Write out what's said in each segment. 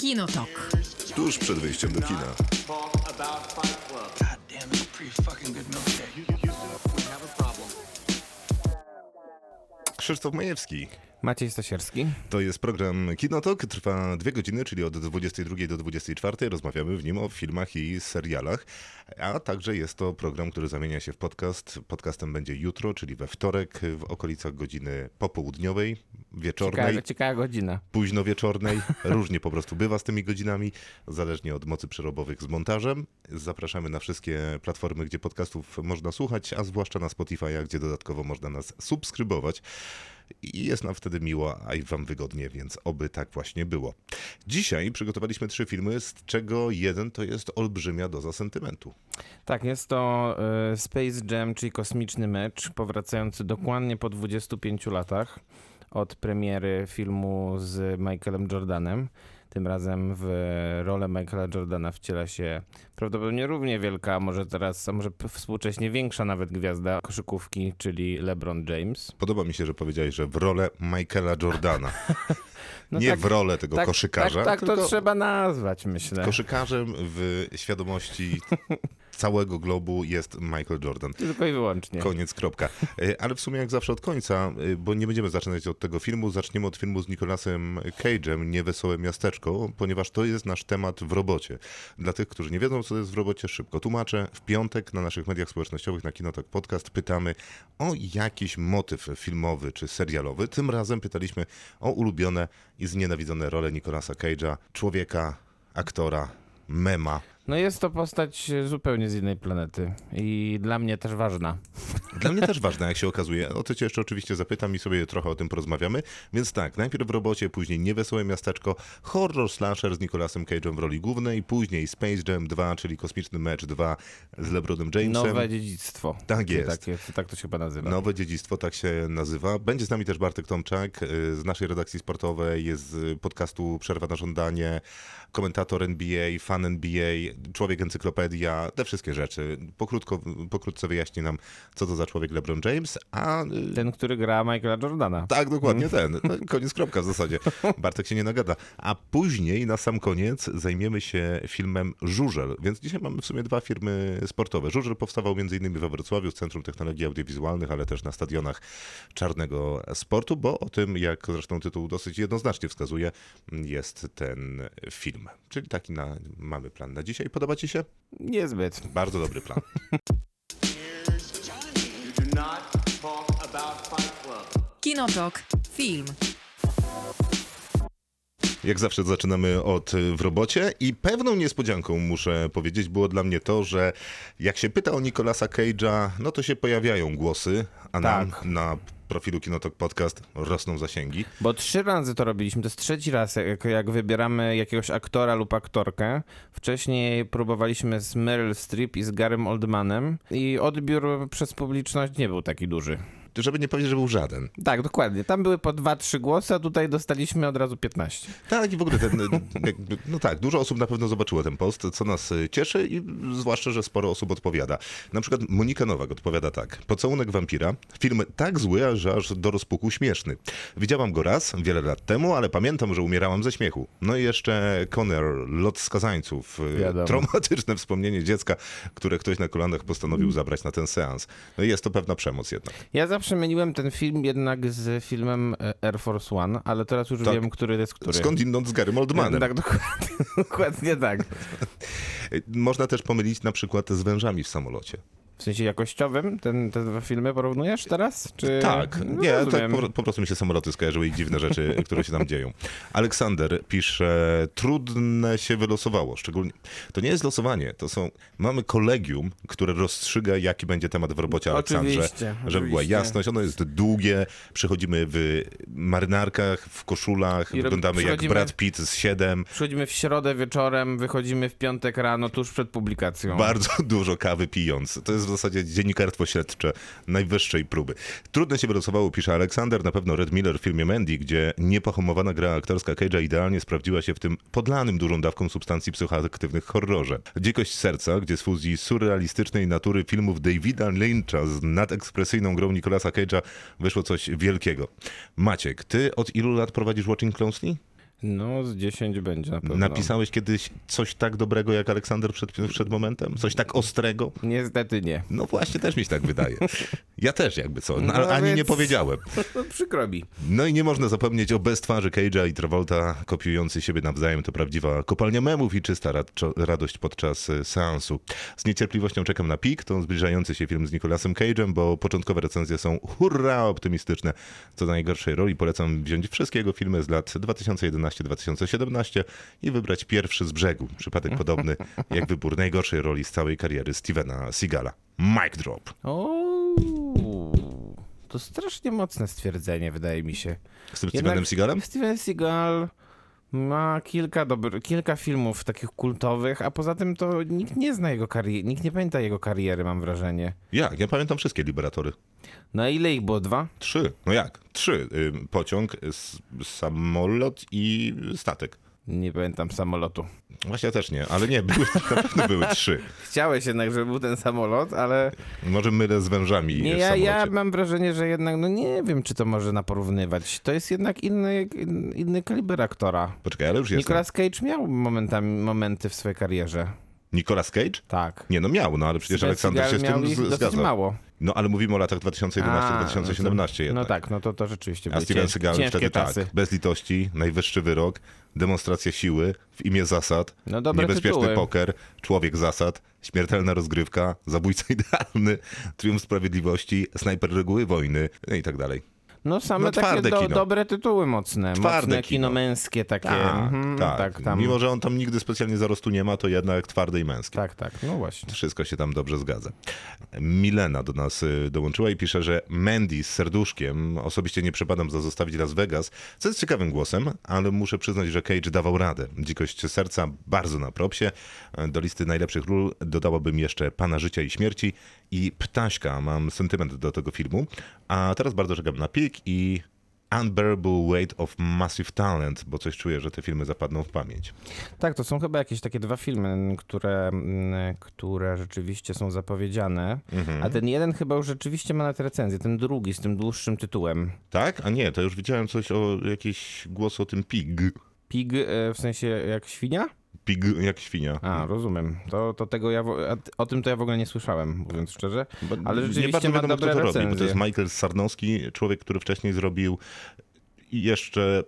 Kinotok. Tuż przed wyjściem do kina. Krzysztof Majewski. Maciej Stasierski. To jest program Kinotok, trwa 2 godziny, czyli od 22 do 24. Rozmawiamy w nim o filmach i serialach, a także jest to program, który zamienia się w podcast. Podcastem będzie jutro, czyli we wtorek w okolicach godziny popołudniowej, wieczornej. Ciekawa godzina. Późno wieczornej. Różnie po prostu bywa z tymi godzinami, zależnie od mocy przerobowych z montażem. Zapraszamy na wszystkie platformy, gdzie podcastów można słuchać, a zwłaszcza na Spotify'a, gdzie dodatkowo można nas subskrybować. I jest nam wtedy miło, a i wam wygodnie, więc oby tak właśnie było. Dzisiaj przygotowaliśmy 3 filmy, z czego jeden to jest olbrzymia doza sentymentu. Tak, jest to Space Jam, czyli kosmiczny mecz, powracający dokładnie po 25 latach od premiery filmu z Michaelem Jordanem. Tym razem w rolę Michaela Jordana wciela się prawdopodobnie równie wielka, a może współcześnie większa nawet gwiazda koszykówki, czyli LeBron James. Podoba mi się, że powiedziałeś, że w rolę Michaela Jordana. No nie tak, w rolę tego koszykarza. Tak tylko to trzeba nazwać, myślę. Koszykarzem w świadomości całego globu jest Michael Jordan. Tylko i wyłącznie. Koniec, kropka. Ale w sumie jak zawsze od końca, bo nie będziemy zaczynać od tego filmu, zaczniemy od filmu z Nicolasem Cage'em, Niewesołe miasteczko, ponieważ to jest nasz temat w robocie. Dla tych, którzy nie wiedzą, co to jest w robocie, szybko tłumaczę. W piątek na naszych mediach społecznościowych, na Kinotok Podcast pytamy o jakiś motyw filmowy czy serialowy. Tym razem pytaliśmy o ulubione i znienawidzone role Nicolasa Cage'a, człowieka, aktora, mema. No jest to postać zupełnie z innej planety i dla mnie też ważna. Dla mnie też ważna, jak się okazuje. O to cię jeszcze oczywiście zapytam i sobie trochę o tym porozmawiamy. Więc tak, najpierw w robocie, później Niewesołe miasteczko, horror slasher z Nicolasem Cage'em w roli głównej, później Space Jam 2, czyli Kosmiczny Mecz 2 z LeBronem Jamesem. Nowe dziedzictwo. Tak jest. Tak to się chyba nazywa. Nowe dziedzictwo, tak się nazywa. Będzie z nami też Bartek Tomczak z naszej redakcji sportowej, jest z podcastu Przerwa na żądanie, komentator NBA, fan NBA, człowiek encyklopedia, te wszystkie rzeczy. Pokrótce wyjaśni nam, co to za człowiek LeBron James, a... Ten, który gra Michaela Jordana. Tak, dokładnie ten. No, koniec, kropka w zasadzie. Bartek się nie nagada. A później, na sam koniec, zajmiemy się filmem Żużel. Więc dzisiaj mamy w sumie 2 filmy sportowe. Żużel powstawał m.in. we Wrocławiu z Centrum Technologii Audiowizualnych, ale też na stadionach Czarnego Sportu, bo o tym, jak zresztą tytuł dosyć jednoznacznie wskazuje, jest ten film. Czyli taki mamy plan na dzisiaj. Podoba ci się? Niezbyt. Bardzo dobry plan. Kinotok. Film. Jak zawsze zaczynamy od w robocie i pewną niespodzianką, muszę powiedzieć, było dla mnie to, że jak się pyta o Nicolasa Cage'a, no to się pojawiają głosy, a Tak. na profilu Kinotok Podcast rosną zasięgi. Bo 3 razy to robiliśmy, to jest 3. raz, jak wybieramy jakiegoś aktora lub aktorkę. Wcześniej próbowaliśmy z Meryl Streep i z Garym Oldmanem i odbiór przez publiczność nie był taki duży. Żeby nie powiedzieć, że był żaden. Tak, dokładnie. Tam były po 2-3 głosy, a tutaj dostaliśmy od razu 15. Tak, i w ogóle no tak, dużo osób na pewno zobaczyło ten post, co nas cieszy i zwłaszcza, że sporo osób odpowiada. Na przykład Monika Nowak odpowiada tak. Pocałunek wampira. Film tak zły, że aż do rozpuku śmieszny. Widziałam go raz, wiele lat temu, ale pamiętam, że umierałam ze śmiechu. No i jeszcze Conner, Lot skazańców. Wiadomo. Traumatyczne wspomnienie dziecka, które ktoś na kolanach postanowił zabrać na ten seans. No i jest to pewna przemoc jednak. Ja zawsze myliłem ten film jednak z filmem Air Force One, ale teraz już Tak. wiem, który jest który. Skądinąd z Garym Oldmanem. Tak, dokładnie tak. Można też pomylić na przykład z wężami w samolocie. W sensie jakościowym te 2 filmy porównujesz teraz? Czy... Tak, No, nie, rozumiem. tak po prostu mi się samoloty skojarzyły i dziwne rzeczy, które się tam dzieją. Aleksander pisze, trudne się wylosowało, szczególnie, to nie jest losowanie, mamy kolegium, które rozstrzyga, jaki będzie temat w robocie Aleksandrze, żeby była jasność, ono jest długie, przychodzimy w marynarkach, w koszulach, wyglądamy jak Brad Pitt z 7. Przychodzimy w środę wieczorem, wychodzimy w piątek rano, tuż przed publikacją. Bardzo dużo kawy pijąc. To jest w zasadzie dziennikarstwo śledcze najwyższej próby. Trudne się wylosowało, pisze Aleksander. Na pewno Red Miller w filmie Mandy, gdzie niepohamowana gra aktorska Cage'a idealnie sprawdziła się w tym podlanym dużą dawką substancji psychoaktywnych horrorze. Dzikość serca, gdzie z fuzji surrealistycznej natury filmów Davida Lyncha z nadekspresyjną grą Nicolasa Cage'a wyszło coś wielkiego. Maciek, ty od ilu lat prowadzisz Watching Closely? No, z 10 będzie na pewno. Napisałeś kiedyś coś tak dobrego jak Aleksander przed momentem? Coś tak ostrego? Niestety nie. No właśnie, też mi się tak wydaje. Ja też jakby co, No ani więc- nie powiedziałem. No, przykro mi. No i nie można zapomnieć o bez twarzy Cage'a i Travolta kopiujący siebie nawzajem. To prawdziwa kopalnia memów i czysta radość podczas seansu. Z niecierpliwością czekam na Peak, to zbliżający się film z Nicolasem Cage'em, bo początkowe recenzje są hurra optymistyczne. Co do najgorszej roli polecam wziąć wszystkie jego filmy z lat 2011-2017 i wybrać pierwszy z brzegu. Przypadek podobny jak wybór najgorszej roli z całej kariery Stevena Seagala. Mic drop. To strasznie mocne stwierdzenie, wydaje mi się. Z tym Stevenem Seagalem? Steven Seagal ma kilka filmów takich kultowych, a poza tym to nikt nie zna jego kariery, nikt nie pamięta jego kariery, mam wrażenie. Jak? Ja pamiętam wszystkie Liberatory. Na ile ich było? 2? 3. No jak? 3. Pociąg, samolot i statek. Nie pamiętam samolotu. Właśnie ja też nie, ale nie, na pewno były 3. Chciałeś jednak, żeby był ten samolot, ale... Może mylę z wężami Nie, w samolocie. ja mam wrażenie, że jednak, no nie wiem, czy to można porównywać. To jest jednak inny kaliber aktora. Poczekaj, ale już jest. Nicolas Cage miał momenty w swojej karierze. Nicolas Cage? Tak. Nie, no miał, no ale przecież Steven Aleksander się z Seagal miał tym ich dosyć zgadza. mało. No ale mówimy o latach 2011-2017 jednak. No tak, no to rzeczywiście A były Steven Seagal ciężkie wtedy czasy. tak, bez litości, najwyższy wyrok, demonstracja siły w imię zasad, No dobre niebezpieczny tytuły. poker, człowiek zasad, śmiertelna rozgrywka, zabójca idealny, triumf sprawiedliwości, snajper reguły wojny no i tak dalej. No same No, takie twarde kino. dobre tytuły mocne. Twarde mocne kino. kino męskie takie. Tak. Tam. Mimo, że on tam nigdy specjalnie zarostu nie ma, to jednak twarde i męskie. Tak, no właśnie. Wszystko się tam dobrze zgadza. Milena do nas dołączyła i pisze, że Mandy z serduszkiem, osobiście nie przepadam za Zostawić Las Vegas, co jest ciekawym głosem, ale muszę przyznać, że Cage dawał radę. Dzikość serca bardzo na propsie. Do listy najlepszych ról dodałabym jeszcze Pana życia i śmierci i Ptaśka. Mam sentyment do tego filmu. A teraz bardzo czekam na Peak i Unbearable Weight of Massive Talent, bo coś czuję, że te filmy zapadną w pamięć. Tak, to są chyba jakieś takie 2 filmy, które rzeczywiście są zapowiedziane. A ten jeden chyba już rzeczywiście ma nawet recenzję. Ten drugi z tym dłuższym tytułem. Tak? A nie, to już widziałem coś jakiś głos o tym Pig. Pig w sensie jak świnia? Pig jak świnia. A, rozumiem. To tego o tym to ja w ogóle nie słyszałem, mówiąc szczerze. Ale nie rzeczywiście bardzo ma wiadomo, dobre kto to robi, bo to recenzje. jest Michael Sarnowski, człowiek, który wcześniej zrobił i jeszcze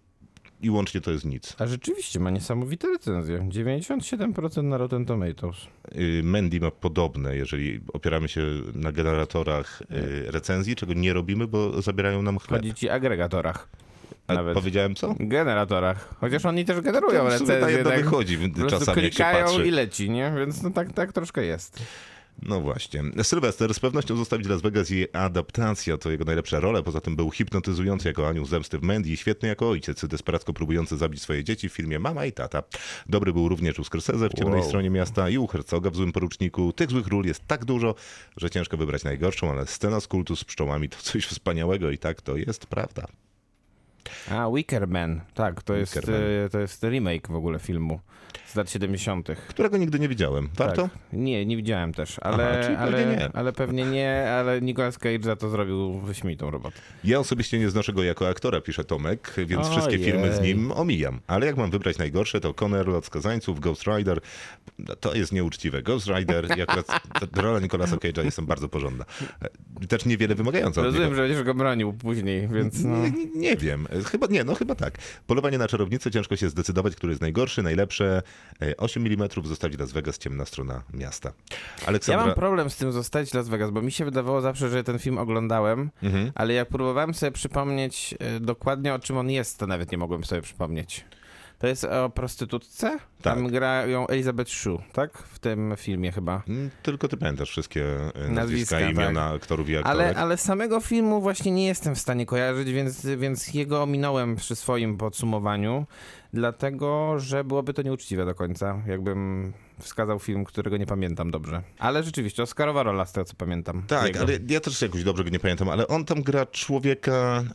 i łącznie to jest nic. A rzeczywiście ma niesamowite recenzje. 97% na Rotten Tomatoes. Mandy ma podobne, jeżeli opieramy się na generatorach recenzji, czego nie robimy, bo zabierają nam chleb. Chodzi ci o agregatorach. A Nawet. powiedziałem co? Generatorach. Chociaż oni też generują To w sumie na recenzje. jedno Tak, wychodzi po prostu czasami, jak się klikają patrzy. i leci, nie? Więc no tak troszkę jest. No właśnie. Sylwester z pewnością Zostawić Las Vegas i adaptacja to jego najlepsza rola. Poza tym był hipnotyzujący jako anioł zemsty w Mandy i świetny jako ojciec, desperacko próbujący zabić swoje dzieci w filmie Mama i Tata. Dobry był również u Scorsese w Ciemnej stronie miasta i u Herzoga w Złym poruczniku. Tych złych ról jest tak dużo, że ciężko wybrać najgorszą, ale scena z kultu z pszczołami to coś wspaniałego i tak to jest prawda. A, Wicker Man. Tak, to jest remake w ogóle filmu z lat 70. Którego nigdy nie widziałem. Warto? Tak. Nie widziałem też, Aha, czyli pewnie nie. ale pewnie nie, ale Nicolas Cage za to zrobił wyśmienitą robotę. Ja osobiście nie znoszę go jako aktora, pisze Tomek, więc Ojej. wszystkie filmy z nim omijam. Ale jak mam wybrać najgorsze, to Conner, Lot Skazańców, Ghost Rider. To jest nieuczciwe. Ghost Rider i akurat ta rola Nicolasa Cage'a jest bardzo porządna. Też niewiele wymagająca od Rozumiem, niego. że będziesz go bronił później, więc no. Nie wiem. Chyba tak. Polowanie na czarownicę, ciężko się zdecydować, który jest najgorszy, najlepsze. 8 mm Zostawić Las Vegas, Ciemna strona miasta. Aleksandra... Ja mam problem z tym Zostawić Las Vegas, bo mi się wydawało zawsze, że ten film oglądałem, ale jak próbowałem sobie przypomnieć dokładnie o czym on jest, to nawet nie mogłem sobie przypomnieć. To jest o prostytutce? Tak. Tam grają Elizabeth Shue, tak? W tym filmie chyba. Tylko ty pamiętasz wszystkie nazwiska, Nazwiska, imiona aktorów i aktorek. Ale samego filmu właśnie nie jestem w stanie kojarzyć, więc jego ominąłem przy swoim podsumowaniu, dlatego, że byłoby to nieuczciwe do końca, jakbym wskazał film, którego nie pamiętam dobrze. Ale rzeczywiście, Oscarowa rola z tego, co pamiętam. Tak, jego. ale ja też jakoś dobrze go nie pamiętam, ale on tam gra człowieka,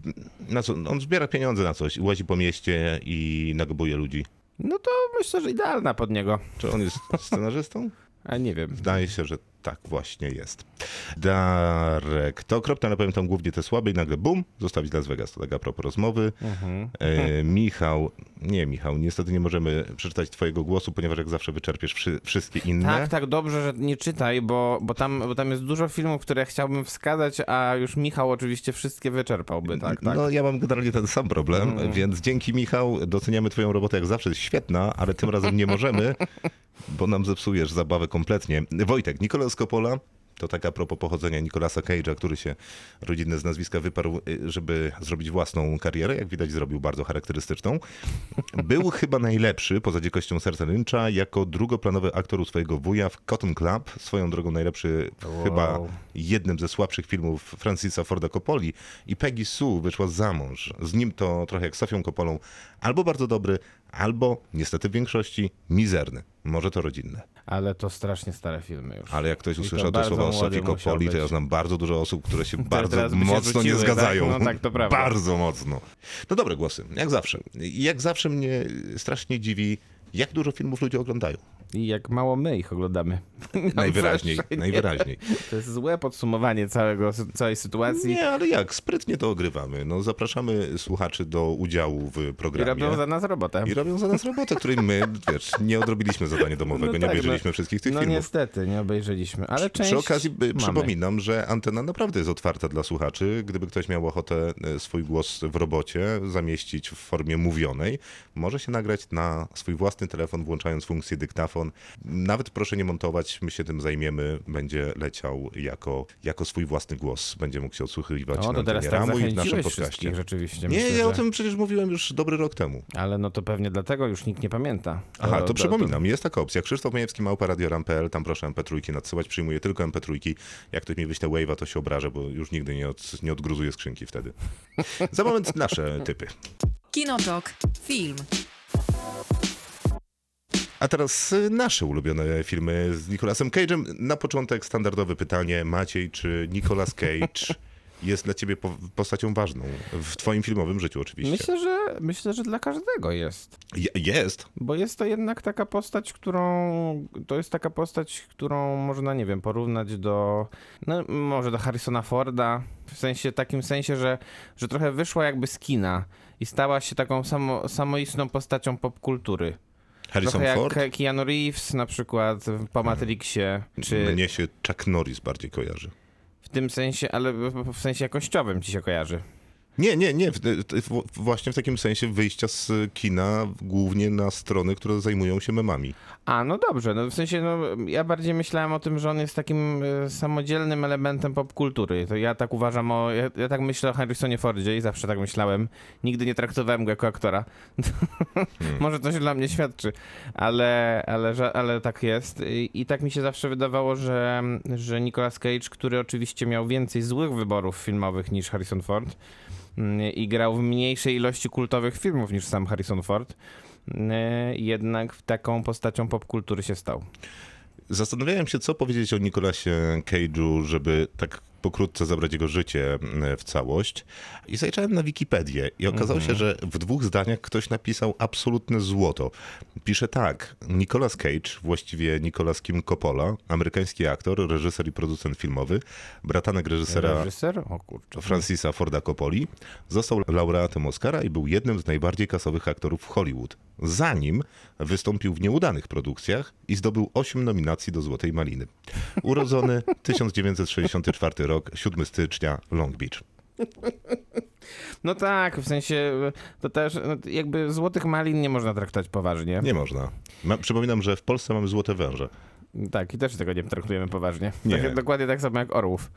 on zbiera pieniądze na coś, łazi po mieście i nagobuje ludzi. No to myślę, że idealna pod niego. Czy on jest scenarzystą? A nie wiem. Wydaje się, że tak właśnie jest. Darek, to okropne, ale powiem tam głównie te słabe i nagle bum, zostawić Las Vegas. To tak a propos rozmowy. Michał, niestety nie możemy przeczytać twojego głosu, ponieważ jak zawsze wyczerpiesz wszystkie inne. Tak, dobrze, że nie czytaj, bo tam jest dużo filmów, które chciałbym wskazać, a już Michał oczywiście wszystkie wyczerpałby, tak? No ja mam generalnie ten sam problem, więc dzięki Michał, doceniamy twoją robotę jak zawsze, jest świetna, ale tym razem nie możemy, bo nam zepsujesz zabawę kompletnie. Wojtek, Nicolas Coppola, to tak a propos pochodzenia Nicolasa Cage'a, który się rodzinne z nazwiska wyparł, żeby zrobić własną karierę, jak widać zrobił bardzo charakterystyczną. Był chyba najlepszy, poza Dzikością serca Lyncha, jako drugoplanowy aktor u swojego wuja w Cotton Club. Swoją drogą najlepszy chyba jednym ze słabszych filmów Francisa Forda Coppoli. I Peggy Sue wyszła za mąż. Z nim to trochę jak Sofią Coppolą. Albo bardzo dobry, albo niestety w większości mizerny. Może to rodzinne. Ale to strasznie stare filmy już. Ale jak ktoś usłyszał te słowa o Sofii Coppoli, to ja znam bardzo dużo osób, które się bardzo mocno nie tak? zgadzają. No tak, to prawda. Bardzo mocno. No dobre głosy, jak zawsze. I jak zawsze mnie strasznie dziwi, jak dużo filmów ludzie oglądają. I jak mało my ich oglądamy. Najwyraźniej. To jest złe podsumowanie całej sytuacji. Nie, ale jak? Sprytnie to ogrywamy. No, zapraszamy słuchaczy do udziału w programie. I robią za nas robotę. Której my, wiesz, nie odrobiliśmy zadania domowego, nie obejrzeliśmy wszystkich tych filmów. No niestety, nie obejrzeliśmy, ale część Przy okazji mamy. przypominam, że antena naprawdę jest otwarta dla słuchaczy. Gdyby ktoś miał ochotę swój głos w robocie zamieścić w formie mówionej, może się nagrać na swój własny telefon, włączając funkcję dyktafon. Nawet proszę nie montować, my się tym zajmiemy. Będzie leciał jako swój własny głos. Będzie mógł się odsłuchiwać na antenie Ramu i w naszym podcaście. Rzeczywiście. Nie, Myślę, ja o tym przecież mówiłem już dobry rok temu. Ale no to pewnie dlatego już nikt nie pamięta. Aha, to przypominam, jest taka opcja. Krzysztof Majewski, @radioram.pl, tam proszę MP3 nadsyłać, przyjmuję tylko MP3. Jak ktoś mi wyśle wave'a, to się obrażę, bo już nigdy nie odgruzuję skrzynki wtedy. Za moment nasze typy. Kinotok. Film. A teraz nasze ulubione filmy z Nicolasem Cage'em. Na początek standardowe pytanie. Maciej, czy Nicolas Cage jest dla ciebie postacią ważną? W twoim filmowym życiu oczywiście. Myślę, że dla każdego jest. Jest. Bo jest to jednak taka postać, którą można, nie wiem, porównać może do Harrisona Forda. W takim sensie, że trochę wyszła jakby z kina i stała się taką samoistną postacią popkultury. Harrison Ford? Jak Keanu Reeves na przykład po Matrixie. Mnie się Chuck Norris bardziej kojarzy. W tym sensie, ale w sensie jakościowym ci się kojarzy. Nie. Właśnie w takim sensie wyjścia z kina głównie na strony, które zajmują się memami. A, no dobrze. No w sensie, ja bardziej myślałem o tym, że on jest takim samodzielnym elementem popkultury. To ja tak uważam ja tak myślę o Harrisonie Fordzie i zawsze tak myślałem. Nigdy nie traktowałem go jako aktora. Może to się dla mnie świadczy, ale tak jest. I tak mi się zawsze wydawało, że Nicolas Cage, który oczywiście miał więcej złych wyborów filmowych niż Harrison Ford, i grał w mniejszej ilości kultowych filmów niż sam Harrison Ford, jednak taką postacią popkultury się stał. Zastanawiałem się, co powiedzieć o Nicolasie Cage'u, żeby tak pokrótce zabrać jego życie w całość. I zajrzałem na Wikipedię i okazało się, że w 2 zdaniach ktoś napisał absolutne złoto. Pisze tak: Nicolas Cage, właściwie Nicolas Kim Coppola, amerykański aktor, reżyser i producent filmowy, bratanek reżysera Francisa Forda Coppoli, został laureatem Oscara i był jednym z najbardziej kasowych aktorów w Hollywood. Zanim wystąpił w nieudanych produkcjach i zdobył 8 nominacji do Złotej Maliny. Urodzony 1964 rok, 7 stycznia, Long Beach. No tak, w sensie to też jakby Złotych Malin nie można traktować poważnie. Nie można. Przypominam, że w Polsce mamy Złote Węże. Tak, i też tego nie traktujemy poważnie. Nie. Dokładnie tak samo jak orłów.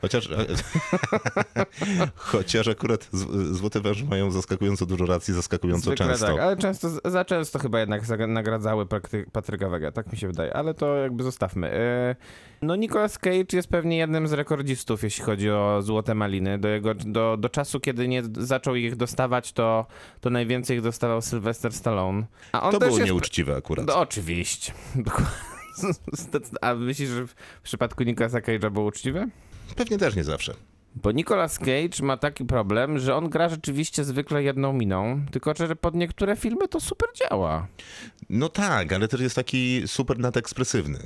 Chociaż akurat Złote Węże mają zaskakująco dużo racji, zaskakująco zwykle często. Tak, ale za często chyba jednak nagradzały Patryka Wege, tak mi się wydaje, ale to jakby zostawmy. No Nicolas Cage jest pewnie jednym z rekordzistów, jeśli chodzi o Złote Maliny. Do czasu, kiedy nie zaczął ich dostawać, to najwięcej ich dostawał Sylvester Stallone. A on to też było jest... nieuczciwe akurat. No, oczywiście. A myślisz, że w przypadku Nicolasa Cage'a było uczciwe? Pewnie też nie zawsze. Bo Nicolas Cage ma taki problem, że on gra rzeczywiście zwykle jedną miną, tylko że pod niektóre filmy to super działa. No tak, ale też jest taki super nadekspresywny.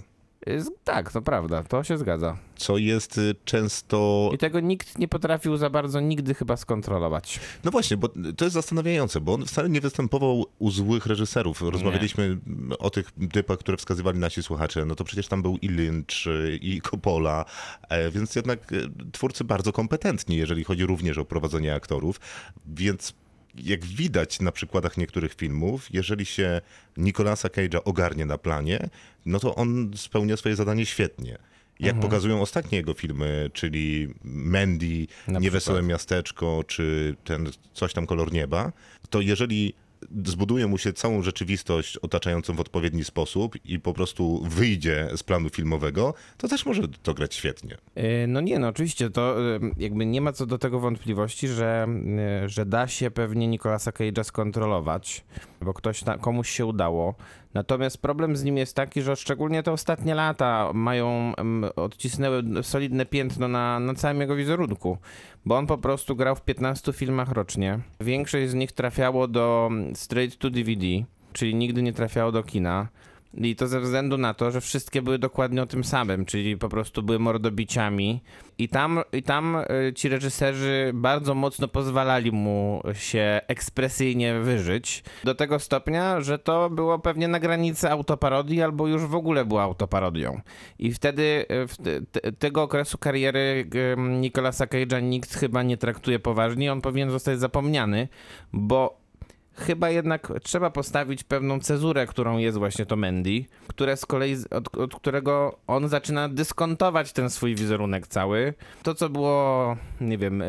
Tak, to prawda, to się zgadza. Co jest często... I tego nikt nie potrafił za bardzo nigdy chyba skontrolować. No właśnie, bo to jest zastanawiające, bo on wcale nie występował u złych reżyserów. Rozmawialiśmy o tych typach, które wskazywali nasi słuchacze. No to przecież tam był i Lynch, i Coppola, więc jednak twórcy bardzo kompetentni, jeżeli chodzi również o prowadzenie aktorów. Więc jak widać na przykładach niektórych filmów, jeżeli się Nicolasa Cage'a ogarnie na planie, no to on spełnia swoje zadanie świetnie. Jak pokazują ostatnie jego filmy, czyli Mandy, Niewesołe miasteczko, czy ten Coś tam kolor nieba, to jeżeli zbuduje mu się całą rzeczywistość otaczającą w odpowiedni sposób i po prostu wyjdzie z planu filmowego, to też może to grać świetnie. No oczywiście, to jakby nie ma co do tego wątpliwości, że da się pewnie Nicolasa Cage'a skontrolować, bo komuś się udało. Natomiast problem z nim jest taki, że szczególnie te ostatnie lata odcisnęły solidne piętno na całym jego wizerunku, bo on po prostu grał w 15 filmach rocznie. Większość z nich trafiało do straight to DVD, czyli nigdy nie trafiało do kina. I to ze względu na to, że wszystkie były dokładnie o tym samym, czyli po prostu były mordobiciami. I tam ci reżyserzy bardzo mocno pozwalali mu się ekspresyjnie wyżyć. Do tego stopnia, że to było pewnie na granicy autoparodii albo już w ogóle było autoparodią. I wtedy tego okresu kariery Nicolasa Cage'a nikt chyba nie traktuje poważnie. On powinien zostać zapomniany, bo chyba jednak trzeba postawić pewną cezurę, którą jest właśnie to Mandy, które z kolei od którego on zaczyna dyskontować ten swój wizerunek cały. To, co było, nie wiem,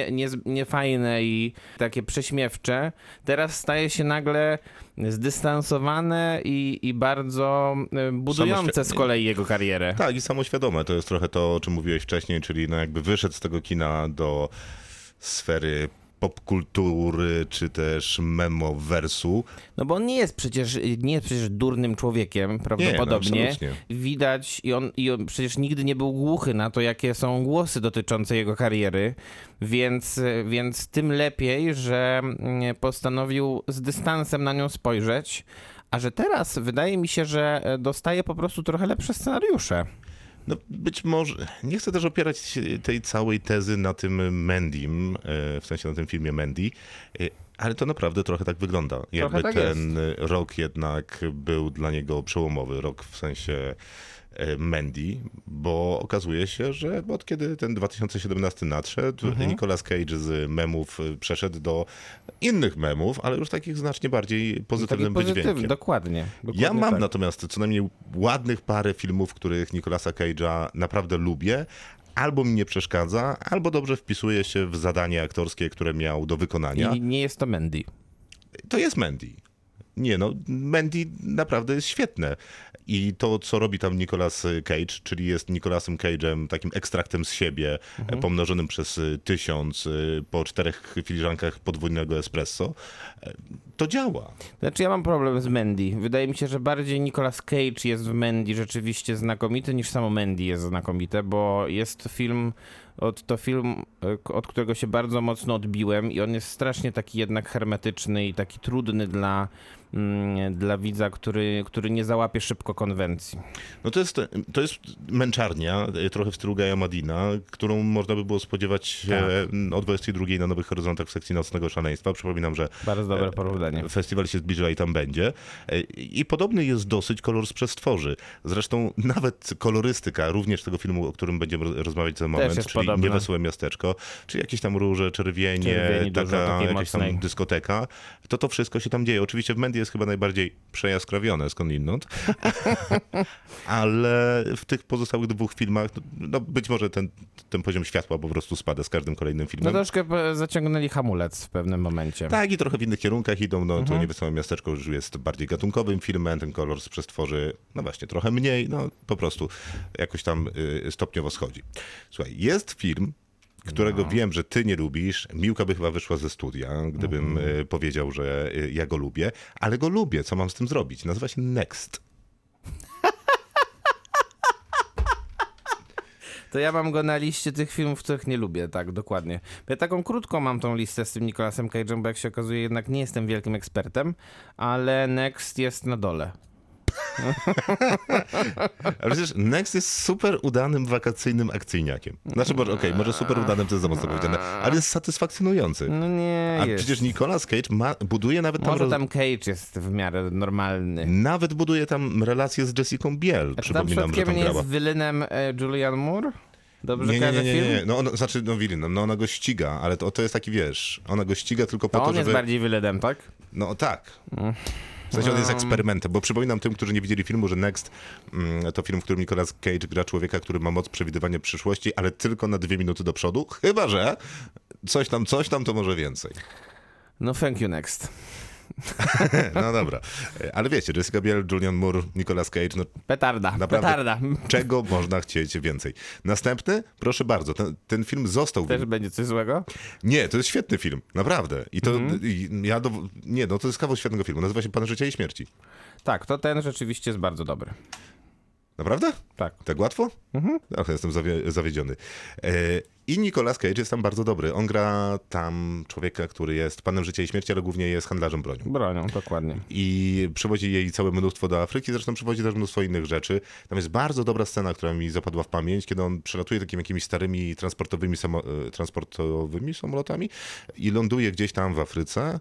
niefajne i takie prześmiewcze, teraz staje się nagle zdystansowane i bardzo budujące z kolei jego karierę. Tak, i samoświadome. To jest trochę to, o czym mówiłeś wcześniej, czyli no jakby wyszedł z tego kina do sfery popkultury, czy też memowersu. No bo on nie jest przecież durnym człowiekiem, prawdopodobnie. Nie, no, widać i on przecież nigdy nie był głuchy na to, jakie są głosy dotyczące jego kariery, więc tym lepiej, że postanowił z dystansem na nią spojrzeć, a że teraz wydaje mi się, że dostaje po prostu trochę lepsze scenariusze. No być może, nie chcę też opierać tej całej tezy na tym Mandym, w sensie na tym filmie Mandy, ale to naprawdę trochę tak wygląda. Jakby tak ten rok jednak był dla niego przełomowy, rok w sensie Mandy, bo okazuje się, że od kiedy ten 2017 nadszedł, Nicolas Cage z memów przeszedł do innych memów, ale już takich znacznie bardziej pozytywnym wydźwiękiem. Dokładnie Ja mam tak. Natomiast co najmniej ładnych parę filmów, których Nicolasa Cage'a naprawdę lubię, albo mi nie przeszkadza, albo dobrze wpisuje się w zadanie aktorskie, które miał do wykonania. I nie jest to Mandy. To jest Mandy. Nie no, Mandy naprawdę jest świetne. I to, co robi tam Nicolas Cage, czyli jest Nicolasem Cage'em, takim ekstraktem z siebie, pomnożonym przez 1000, po 4 filiżankach podwójnego espresso, to działa. Znaczy ja mam problem z Mandy. Wydaje mi się, że bardziej Nicolas Cage jest w Mandy rzeczywiście znakomity, niż samo Mandy jest znakomite, bo jest to film, od którego się bardzo mocno odbiłem i on jest strasznie taki jednak hermetyczny i taki trudny dla widza, który nie załapie szybko konwencji. No to jest męczarnia, trochę w stylu Gaja Madina, którą można by było spodziewać się o 22 na Nowych Horyzontach w sekcji Nocnego Szaleństwa. Przypominam, że bardzo dobre porównanie. Festiwal się zbliża i tam będzie. I podobny jest dosyć kolor z przestworzy. Zresztą nawet kolorystyka, również tego filmu, o którym będziemy rozmawiać za moment, czyli podobna. Niewesołe miasteczko, czy jakieś tam róże, czerwienie, jakaś tam dyskoteka, to wszystko się tam dzieje. Oczywiście w Mandy jest chyba najbardziej przejaskrawione skądinąd, ale w tych pozostałych 2 filmach, no być może ten poziom światła po prostu spada z każdym kolejnym filmem. No troszkę zaciągnęli hamulec w pewnym momencie. Tak, i trochę w innych kierunkach idą. No to Niewesołe miasteczko już jest bardziej gatunkowym filmem, ten kolor z przestworzy, no właśnie, trochę mniej, no po prostu jakoś tam stopniowo schodzi. Słuchaj, jest film, którego wiem, że ty nie lubisz. Miłka by chyba wyszła ze studia, gdybym powiedział, że ja go lubię, ale go lubię. Co mam z tym zrobić? Nazywa się Next. To ja mam go na liście tych filmów, których nie lubię, tak, dokładnie. Ja taką krótką mam tą listę z tym Nicolasem Cage'em, bo jak się okazuje, jednak nie jestem wielkim ekspertem, ale Next jest na dole. Ale przecież Next jest super udanym wakacyjnym akcyjniakiem. Znaczy, może super udanym to jest za mocno powiedziane, ale jest satysfakcjonujący. No nie A jest. przecież Nicolas Cage buduje nawet tam... Może tam Cage jest w miarę normalny. Nawet buduje tam relacje z Jessicą Biel. A czy tam Przypominam, że przypadkiem tam nie grała. jest Villainem Julianne Moore? Dobrze kojarzę film? Nie. No, Villain, no ona go ściga, ale to jest taki, wiesz, ona go ściga tylko po To to, on żeby... jest bardziej Villainem, tak? No tak. W sensie on jest eksperymentem, bo przypominam tym, którzy nie widzieli filmu, że Next to film, w którym Nicolas Cage gra człowieka, który ma moc przewidywania przyszłości, ale tylko na 2 minuty do przodu, chyba że coś tam to może więcej. No thank you, next. No dobra. Ale wiecie, Jessica Biel, Julianne Moore, Nicolas Cage, no Petarda, naprawdę, petarda. czego można chcieć więcej? Następny? Proszę bardzo, ten film został... Też będzie coś złego? Nie, to jest świetny film, naprawdę. I to to jest kawał świetnego filmu. Nazywa się Pan Życia i Śmierci. Tak, to ten rzeczywiście jest bardzo dobry. Naprawdę? Tak. Tak łatwo? Ach, jestem zawiedziony. I Nicolas Cage jest tam bardzo dobry. On gra tam człowieka, który jest Panem Życia i Śmierci, ale głównie jest handlarzem bronią. Bronią, dokładnie. I przywozi jej całe mnóstwo do Afryki, zresztą przywozi też mnóstwo innych rzeczy. Tam jest bardzo dobra scena, która mi zapadła w pamięć, kiedy on przelatuje takimi jakimiś starymi transportowymi samolotami i ląduje gdzieś tam w Afryce.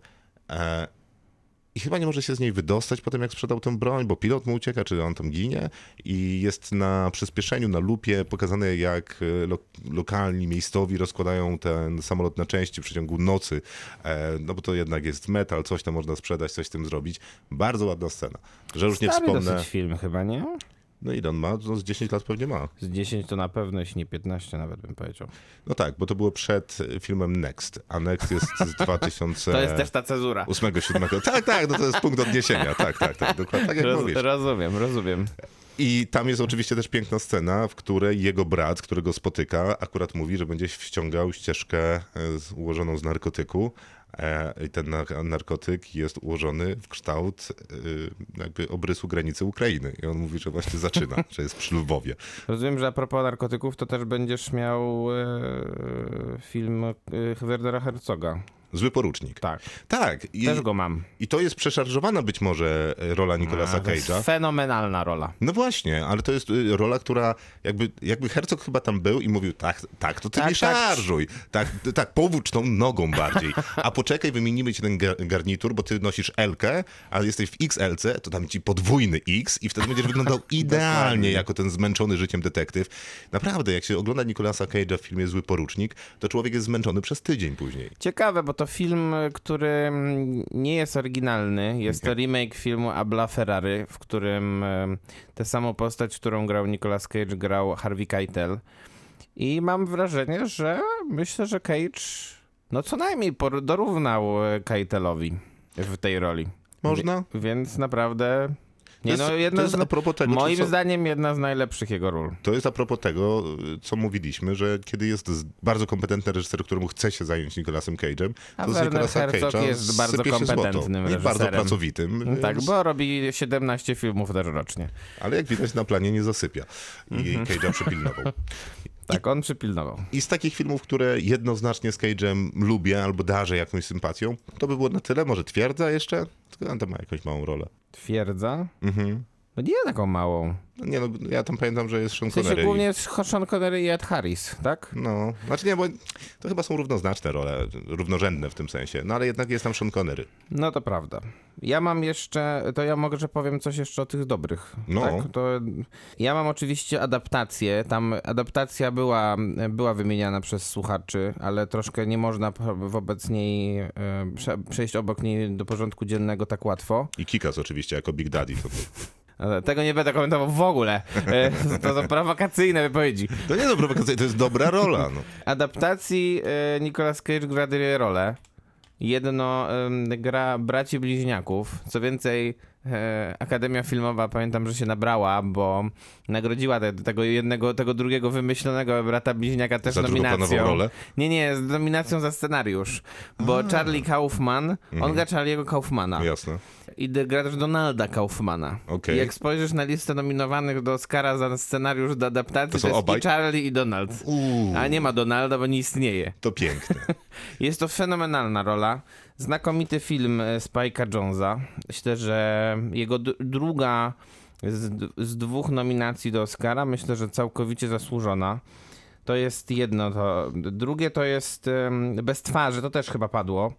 I chyba nie może się z niej wydostać po tym, jak sprzedał tę broń, bo pilot mu ucieka, czy on tam ginie. I jest na przyspieszeniu, na lupie pokazane, jak lokalni, miejscowi rozkładają ten samolot na części w przeciągu nocy. No bo to jednak jest metal, coś tam można sprzedać, coś z tym zrobić. Bardzo ładna scena. Że już nie Stary wspomnę... dosyć film chyba, nie? No ile on ma? No z 10 lat pewnie ma. Z 10 to na pewno, jeśli nie 15 nawet bym powiedział. No tak, bo to było przed filmem Next, a Next jest z 2000... To jest też ta cezura. 8-7. Tak, no to jest punkt odniesienia. Tak, dokładnie tak jak mówisz. Rozumiem. I tam jest oczywiście też piękna scena, w której jego brat, którego spotyka, akurat mówi, że będzie ściągał ścieżkę ułożoną z narkotyku. I ten narkotyk jest ułożony w kształt jakby obrysu granicy Ukrainy. I on mówi, że właśnie zaczyna, że jest przy Lwowie. Rozumiem, że a propos narkotyków, to też będziesz miał film Wernera Herzoga. Zły porucznik. Tak. Tak. Też go mam. I to jest przeszarżowana być może rola Nicolasa To jest Cage'a. fenomenalna rola. No właśnie, ale to jest rola, która jakby Herzog chyba tam był i mówił, tak, to ty nie szarżuj. Tak, powłócz tą nogą bardziej. A poczekaj, wymienimy ci ten garnitur, bo ty nosisz L-kę, a jesteś w XL-ce, to dam ci podwójny X i wtedy będziesz wyglądał idealnie jako ten zmęczony życiem detektyw. Naprawdę, jak się ogląda Nicolasa Cage'a w filmie Zły porucznik, to człowiek jest zmęczony przez tydzień później. Ciekawe, bo to film, który nie jest oryginalny. Jest to remake filmu Abla Ferrari, w którym tę samą postać, którą grał Nicolas Cage, grał Harvey Keitel. I mam wrażenie, że myślę, że Cage co najmniej dorównał Keitelowi w tej roli. Można? Więc naprawdę... To jest a propos tego, moim zdaniem jedna z najlepszych jego ról. To jest a propos tego, co mówiliśmy, że kiedy jest bardzo kompetentny reżyser, któremu chce się zająć Nicolasem Cage'em, to z Nicolasa Cage'a jest bardzo kompetentnym reżyserem. I bardzo pracowitym. Tak, bo robi 17 filmów też rocznie. Ale jak widać na planie nie zasypia. I Cage'a przypilnował. Tak, on przypilnował. I z takich filmów, które jednoznacznie z Cage'em lubię albo darzę jakąś sympatią, to by było na tyle. Może Twierdza jeszcze? Tylko on tam ma jakąś małą rolę. Twierdza? No nie taką małą. Nie no, ja tam pamiętam, że jest Sean Connery. W sensie głównie jest Sean Connery i Ed Harris, tak? No, znaczy nie, bo to chyba są równoznaczne role, równorzędne w tym sensie, no ale jednak jest tam Sean Connery. No to prawda. Ja mam jeszcze, to ja może powiem coś jeszcze o tych dobrych. No. Tak? To ja mam oczywiście adaptację, tam adaptacja była wymieniana przez słuchaczy, ale troszkę nie można wobec niej przejść obok niej do porządku dziennego tak łatwo. I Kick-Ass oczywiście jako Big Daddy. Tego nie będę komentował w ogóle. To są prowokacyjne wypowiedzi. To nie jest prowokacyjne, to jest dobra rola. No. Adaptacji Nicolas Cage gra dwie role. Jedno gra braci bliźniaków. Co więcej, Akademia Filmowa pamiętam, że się nabrała, bo nagrodziła tego drugiego wymyślonego brata bliźniaka też za nominacją. Rolę? Nie, z nominacją za scenariusz. Bo Charlie Kaufman, on gra Charlie'ego Kaufmana. Jasne. I gra też Donalda Kaufmana. Okay. I jak spojrzysz na listę nominowanych do Oscara za scenariusz do adaptacji, to jest obaj? i Charlie i Donald. A nie ma Donalda, bo nie istnieje. To piękne. Jest to fenomenalna rola. Znakomity film Spike'a Jonesa. Myślę, że jego druga z 2 nominacji do Oscara. Myślę, że całkowicie zasłużona. To jest jedno. Drugie to jest Bez twarzy, to też chyba padło,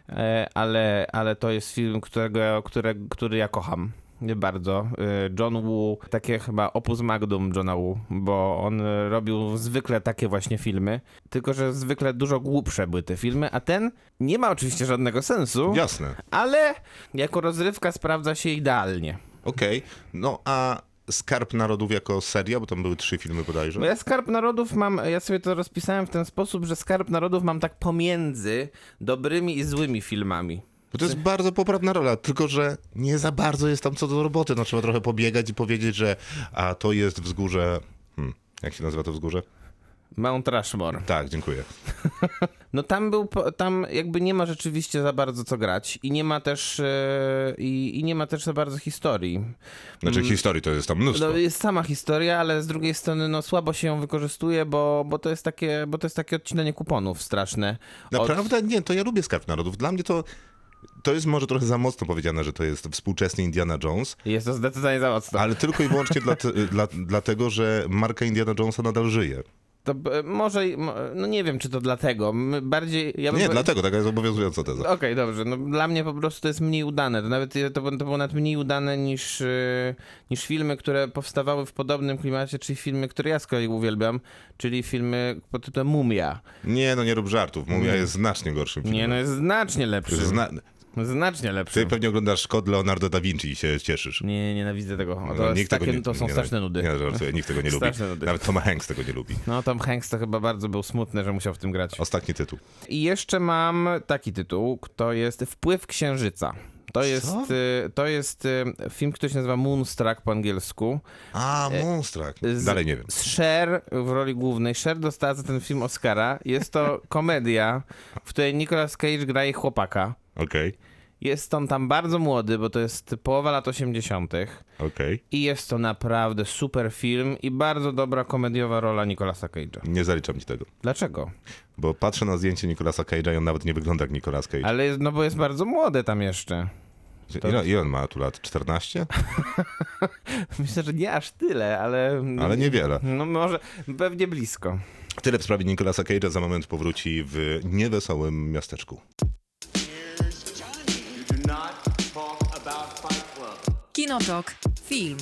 ale to jest film, który ja kocham. Bardzo. John Woo, takie chyba opus magnum Johna Woo, bo on robił zwykle takie właśnie filmy, tylko że zwykle dużo głupsze były te filmy, a ten nie ma oczywiście żadnego sensu. Jasne. Ale jako rozrywka sprawdza się idealnie. Okej. No a Skarb Narodów jako seria, bo tam były 3 filmy bodajże. Bo ja Skarb Narodów ja sobie to rozpisałem w ten sposób, że Skarb Narodów mam tak pomiędzy dobrymi i złymi filmami. Bo to jest bardzo poprawna rola, tylko że nie za bardzo jest tam co do roboty. No trzeba trochę pobiegać i powiedzieć, że to jest wzgórze... jak się nazywa to wzgórze? Mount Rushmore. Tak, dziękuję. No tam jakby nie ma rzeczywiście za bardzo co grać i nie ma też i nie ma też za bardzo historii. Znaczy historii to jest tam mnóstwo. No, jest sama historia, ale z drugiej strony no słabo się ją wykorzystuje, bo to jest takie odcinanie kuponów straszne. Naprawdę? Nie, to ja lubię Skarb Narodów. Dla mnie to jest może trochę za mocno powiedziane, że to jest współczesny Indiana Jones. Jest to zdecydowanie za mocno. Ale tylko i wyłącznie dlatego, że marka Indiana Jonesa nadal żyje. To może, no nie wiem, czy to dlatego. Bardziej... Nie, dlatego, taka jest obowiązująca teza. Okej, dobrze. No, dla mnie po prostu to jest mniej udane. To było nawet mniej udane niż filmy, które powstawały w podobnym klimacie, czyli filmy, które ja z kolei uwielbiam, czyli filmy pod tytułem Mumia. Nie, no nie rób żartów. Mumia jest znacznie gorszym filmem. Nie, no jest znacznie lepszy. Znacznie lepszy. Ty pewnie oglądasz Kod Leonardo da Vinci i się cieszysz. Nie, nienawidzę tego. To są nie, straszne nudy. Nie, żartuję, nikt tego nie lubi. Nudy. Nawet Tom Hanks tego nie lubi. No, Tom Hanks to chyba bardzo był smutny, że musiał w tym grać. Ostatni tytuł. I jeszcze mam taki tytuł, to jest Wpływ Księżyca. To jest film, który się nazywa Moonstruck po angielsku. Moonstruck. Dalej nie wiem. Z Cher w roli głównej. Cher dostała za ten film Oscara. Jest to komedia, w której Nicolas Cage gra jej chłopaka. Okej. Jest on tam bardzo młody, bo to jest połowa lat 80. Okej. I jest to naprawdę super film i bardzo dobra komediowa rola Nicolasa Cage'a. Nie zaliczam ci tego. Dlaczego? Bo patrzę na zdjęcie Nicolasa Cage'a i on nawet nie wygląda jak Nicolas Cage. Ale bo jest bardzo młody tam jeszcze. Ile on ma tu lat? 14? Myślę, że nie aż tyle, ale... Ale niewiele. No może, pewnie blisko. Tyle w sprawie Nicolasa Cage'a. Za moment powróci w niewesołym miasteczku. Kinotok. Film.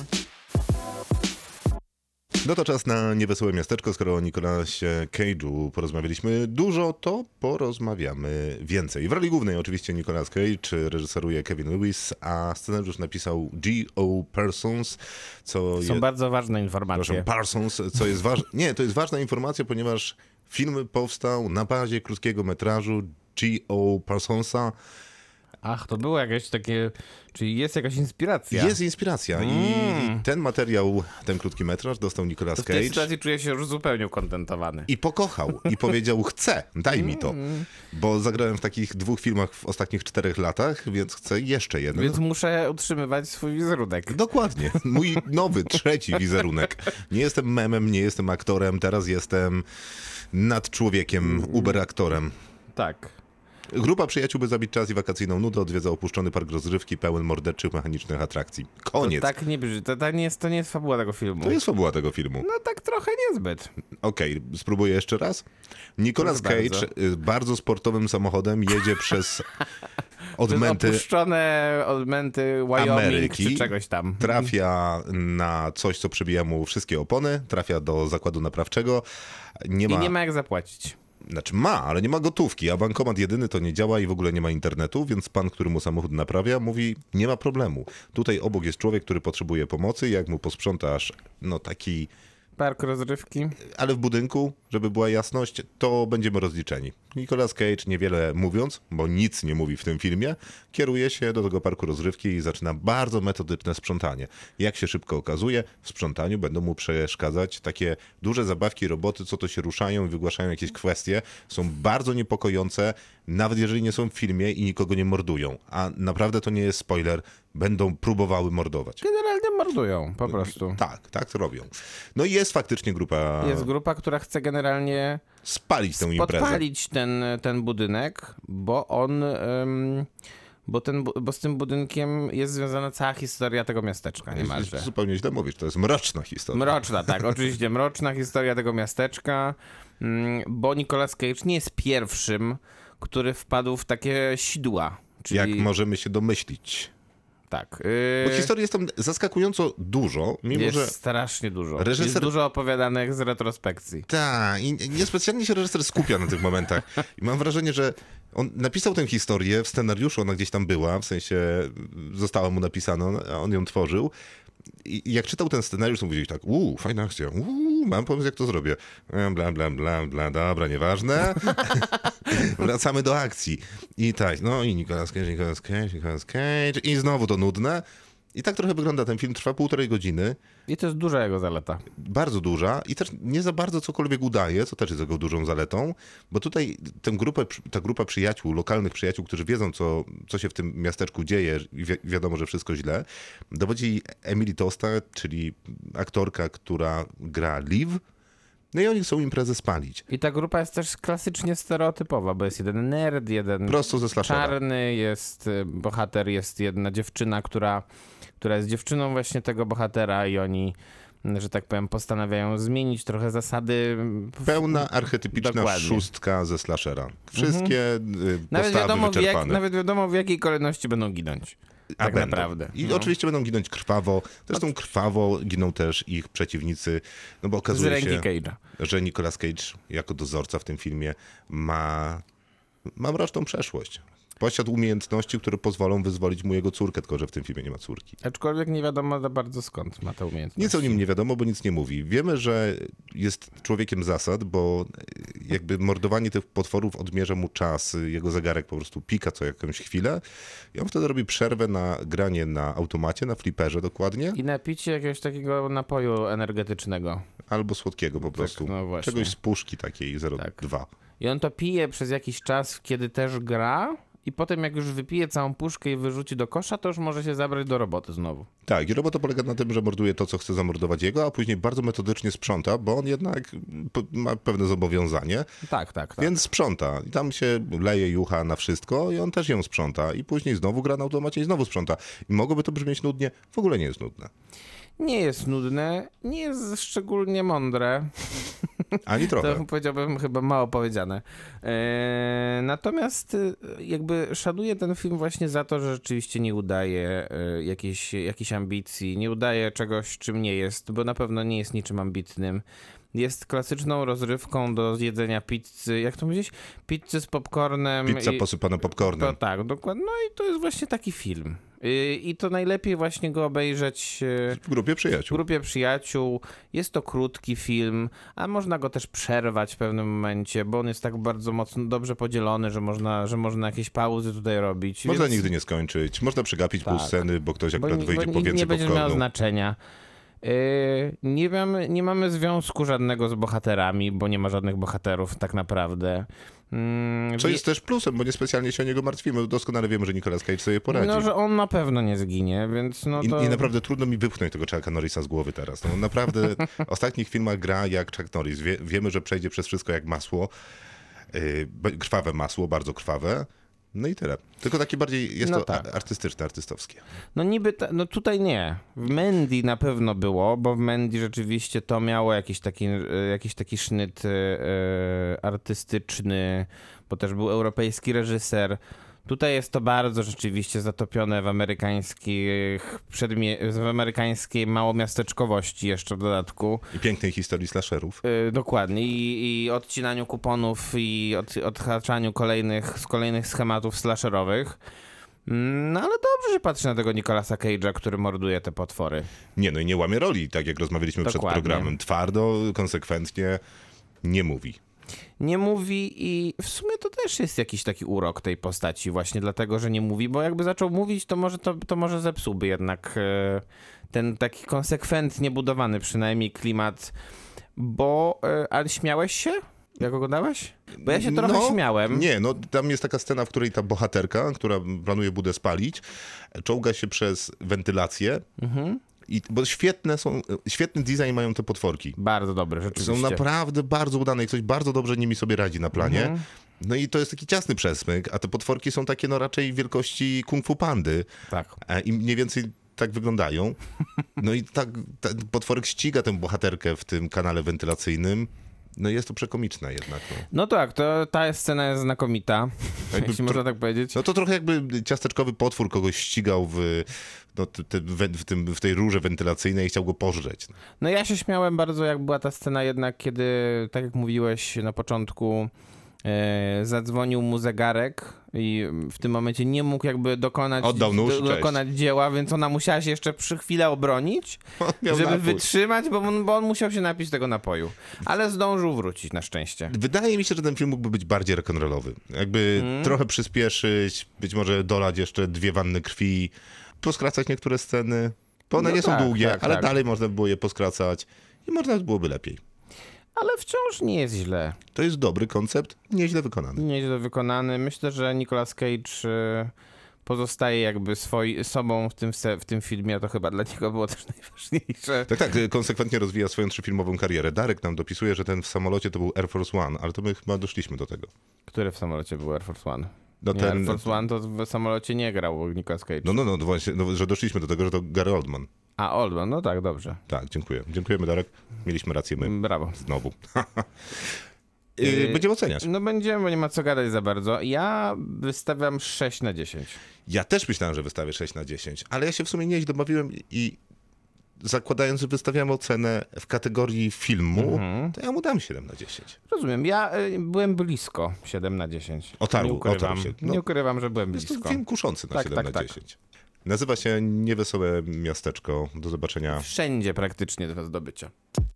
No to czas na niewesołe miasteczko. Skoro o Nicolasie Cage'u porozmawialiśmy dużo, to porozmawiamy więcej. W roli głównej oczywiście Nicolas Cage, reżyseruje Kevin Lewis, a scenariusz napisał G.O. Parsons, Są bardzo ważne informacje. Proszę, Parsons, co jest ważne. Nie, to jest ważna informacja, ponieważ film powstał na bazie krótkiego metrażu G.O. Parsonsa. Ach, to było jakieś takie... Czyli jest jakaś inspiracja. Jest inspiracja i ten materiał, ten krótki metraż dostał Nicolas Cage. W tej sytuacji czuję się już zupełnie ukontentowany. I pokochał. I powiedział, chcę, daj mi to. Bo zagrałem w takich 2 filmach w ostatnich 4 latach, więc chcę jeszcze jeden. Więc muszę utrzymywać swój wizerunek. Dokładnie. Mój nowy, 3. wizerunek. Nie jestem memem, nie jestem aktorem, teraz jestem nadczłowiekiem, uber-aktorem. Tak. Grupa przyjaciół, by zabić czas i wakacyjną nudę, odwiedza opuszczony park rozrywki pełen morderczych, mechanicznych atrakcji. Koniec. To tak nie brzmi. To nie jest fabuła tego filmu. To jest fabuła tego filmu. No tak trochę niezbyt. Okej, spróbuję jeszcze raz. Nicolas Cage bardzo sportowym samochodem jedzie przez opuszczone odmęty Wyoming Ameryki, czy czegoś tam. Trafia na coś, co przebija mu wszystkie opony, trafia do zakładu naprawczego. I nie ma jak zapłacić. Znaczy ale nie ma gotówki, a bankomat jedyny to nie działa i w ogóle nie ma internetu, więc pan, który mu samochód naprawia, mówi, nie ma problemu. Tutaj obok jest człowiek, który potrzebuje pomocy, jak mu posprzątasz, taki... Park rozrywki. Ale w budynku, żeby była jasność, to będziemy rozliczeni. Nicolas Cage, niewiele mówiąc, bo nic nie mówi w tym filmie, kieruje się do tego parku rozrywki i zaczyna bardzo metodyczne sprzątanie. Jak się szybko okazuje, w sprzątaniu będą mu przeszkadzać takie duże zabawki, roboty, co to się ruszają i wygłaszają jakieś kwestie. Są bardzo niepokojące, nawet jeżeli nie są w filmie i nikogo nie mordują. A naprawdę to nie jest spoiler, będą próbowały mordować. Generalnie mordują, po prostu. Tak to robią. No i jest faktycznie grupa... Jest grupa, która chce generalnie... spalić tę imprezę. Podpalić ten budynek, bo on bo z tym budynkiem jest związana cała historia tego miasteczka niemalże. Zupełnie źle mówisz, to jest mroczna historia. Mroczna, tak, oczywiście mroczna historia tego miasteczka, bo Nicolas Cage nie jest pierwszym, który wpadł w takie sidła. Czyli... Jak możemy się domyślić. Tak. Bo historii jest tam zaskakująco dużo, mimo jest że... strasznie dużo. Reżyser- Jest dużo opowiadanych z retrospekcji. Tak, i niespecjalnie się reżyser skupia na tych momentach. I mam wrażenie, że on napisał tę historię, w scenariuszu ona gdzieś tam była, w sensie została mu napisana, a on ją tworzył. I jak czytał ten scenariusz, to mówili tak, fajna akcja, mam pomysł, jak to zrobię. Bla, bla, bla, bla, dobra, nieważne. Wracamy do akcji. I tak, no i Nicolas Cage i znowu to nudne. I tak trochę wygląda ten film, trwa 1,5 godziny. I to jest duża jego zaleta. Bardzo duża i też nie za bardzo cokolwiek udaje, co też jest jego dużą zaletą, bo tutaj ta grupa przyjaciół, lokalnych przyjaciół, którzy wiedzą, co się w tym miasteczku dzieje i wiadomo, że wszystko źle, dowodzi Emily Tosta, czyli aktorka, która gra Liv. No i oni chcą imprezę spalić. I ta grupa jest też klasycznie stereotypowa, bo jest jeden nerd, jeden Prosto ze slashera. czarny, jest bohater, jest jedna dziewczyna, która jest dziewczyną właśnie tego bohatera i oni, że tak powiem, postanawiają zmienić trochę zasady. Pełna archetypiczna Dokładnie. szóstka ze slashera. Wszystkie Nawet postawy wyczerpane. nawet wiadomo, w jakiej kolejności będą ginąć. Tak będą. naprawdę. I oczywiście będą ginąć krwawo. Zresztą krwawo giną też ich przeciwnicy, no bo Z okazuje ręki się, Cage'a. że Nicolas Cage jako dozorca w tym filmie ma mroczną przeszłość. Posiadł umiejętności, które pozwolą wyzwolić mu jego córkę, tylko że w tym filmie nie ma córki. Aczkolwiek nie wiadomo za bardzo skąd ma tę umiejętność. Nic o nim nie wiadomo, bo nic nie mówi. Wiemy, że jest człowiekiem zasad, bo jakby mordowanie tych potworów odmierza mu czas. Jego zegarek po prostu pika co jakąś chwilę i on wtedy robi przerwę na granie na automacie, na fliperze dokładnie, I napicie jakiegoś takiego napoju energetycznego. albo słodkiego po prostu. no właśnie. Czegoś z puszki takiej 0,2. I on to pije przez jakiś czas, kiedy też gra i potem jak już wypije całą puszkę i wyrzuci do kosza, to już może się zabrać do roboty znowu. Tak, i robota polega na tym, że morduje to, co chce zamordować jego, a później bardzo metodycznie sprząta, bo on jednak ma pewne zobowiązanie, Tak. więc sprząta. I tam się leje jucha na wszystko i on też ją sprząta. I później znowu gra na automacie i znowu sprząta. I mogłoby to brzmieć nudnie, w ogóle nie jest nudne. Nie jest nudne, nie jest szczególnie mądre. Ani trochę. To powiedziałbym chyba mało powiedziane. Natomiast jakby szanuję ten film właśnie za to, że rzeczywiście nie udaje jakiejś ambicji, nie udaje czegoś, czym nie jest, bo na pewno nie jest niczym ambitnym. Jest klasyczną rozrywką do zjedzenia pizzy, jak to mówisz? Pizzy z popcornem. Pizza posypana popcornem. To tak, dokładnie. No i to jest właśnie taki film. I to najlepiej właśnie go obejrzeć W grupie w przyjaciół. grupie przyjaciół. Jest to krótki film, a można go też przerwać w pewnym momencie, bo on jest tak bardzo mocno dobrze podzielony, że można jakieś pauzy tutaj robić. Można więc... nigdy nie skończyć, można przegapić pół Tak. sceny, bo ktoś akurat wyjdzie po nie więcej będzie miało popcornu. znaczenia. Nie mamy związku żadnego z bohaterami, bo nie ma żadnych bohaterów tak naprawdę. Co jest też plusem, bo niespecjalnie się o niego martwimy. Doskonale wiemy, że Nicolas Cage sobie poradzi. No, że on na pewno nie zginie, więc no to... I naprawdę trudno mi wypchnąć tego Chucka Norrisa z głowy teraz. No, naprawdę w ostatnich filmach gra jak Chuck Norris. Wiemy, że przejdzie przez wszystko jak masło. Krwawe masło, bardzo krwawe. No i tyle. Tylko takie bardziej jest No to tak. artystyczne, artystowskie. No niby, no tutaj nie. W Mandy na pewno było, bo w Mandy rzeczywiście to miało jakiś taki sznyt artystyczny, bo też był europejski reżyser. Tutaj jest to bardzo rzeczywiście zatopione w amerykańskiej małomiasteczkowości jeszcze w dodatku. I pięknej historii slasherów. Dokładnie. I odcinaniu kuponów i odhaczaniu kolejnych schematów slasherowych. No ale dobrze się patrzy na tego Nicolasa Cage'a, który morduje te potwory. Nie, no i nie łamie roli, tak jak rozmawialiśmy przed Dokładnie. programem. Twardo, konsekwentnie nie mówi. Nie mówi i w sumie to też jest jakiś taki urok tej postaci właśnie dlatego, że nie mówi, bo jakby zaczął mówić, to może zepsułby jednak ten taki konsekwentnie budowany przynajmniej klimat, ale śmiałeś się? Jak oglądałeś? Bo ja się trochę śmiałem. Nie, no tam jest taka scena, w której ta bohaterka, która planuje budę spalić, czołga się przez wentylację. Bo świetny design mają te potworki. Bardzo dobre, rzeczywiście. Są naprawdę bardzo udane i ktoś bardzo dobrze nimi sobie radzi na planie. No i to jest taki ciasny przesmyk, a te potworki są takie no raczej wielkości kung fu pandy. Tak. I mniej więcej tak wyglądają. No i tak ten potworek ściga tę bohaterkę w tym kanale wentylacyjnym. No i jest to przekomiczne jednak. No tak, ta scena jest znakomita, jeśli można tak powiedzieć. No to trochę jakby ciasteczkowy potwór kogoś ścigał w tej rurze wentylacyjnej i chciał go pożreć. No ja się śmiałem bardzo, jak była ta scena jednak, kiedy, tak jak mówiłeś na początku, zadzwonił mu zegarek i w tym momencie nie mógł jakby dokonać dzieła, więc ona musiała się jeszcze przy chwilę obronić, żeby wytrzymać, bo on musiał się napić tego napoju. Ale zdążył wrócić na szczęście. Wydaje mi się, że ten film mógłby być bardziej rock'n'rollowy. Jakby trochę przyspieszyć, być może dolać jeszcze 2 wanny krwi, poskracać niektóre sceny, bo one nie są długie, ale dalej można by było je poskracać i można byłoby lepiej. Ale wciąż nie jest źle. To jest dobry koncept, nieźle wykonany. Nieźle wykonany. Myślę, że Nicolas Cage pozostaje jakby sobą w tym filmie, a to chyba dla niego było też najważniejsze. Tak, konsekwentnie rozwija swoją 3-filmową karierę. Darek nam dopisuje, że ten w samolocie to był Air Force One, ale to my chyba doszliśmy do tego. Który w samolocie był Air Force One? No Air Force One to w samolocie nie grał Nicolas Cage. No właśnie, że doszliśmy do tego, że to Gary Oldman. A, Oldman, no tak, dobrze. Tak, dziękuję. Dziękujemy, Darek. Mieliśmy rację my. Brawo. Znowu. Będziemy oceniać. No będziemy, bo nie ma co gadać za bardzo. Ja wystawiam 6/10. Ja też myślałem, że wystawię 6/10, ale ja się w sumie nieźle bawiłem i zakładając, że wystawiamy ocenę w kategorii filmu, to ja mu dam 7/10. Rozumiem. Ja byłem blisko 7/10. Otarł się. Nie ukrywam, że byłem jest blisko. to film kuszący na 7/10. Nazywa się Niewesołe Miasteczko. Do zobaczenia. Wszędzie praktycznie do zdobycia.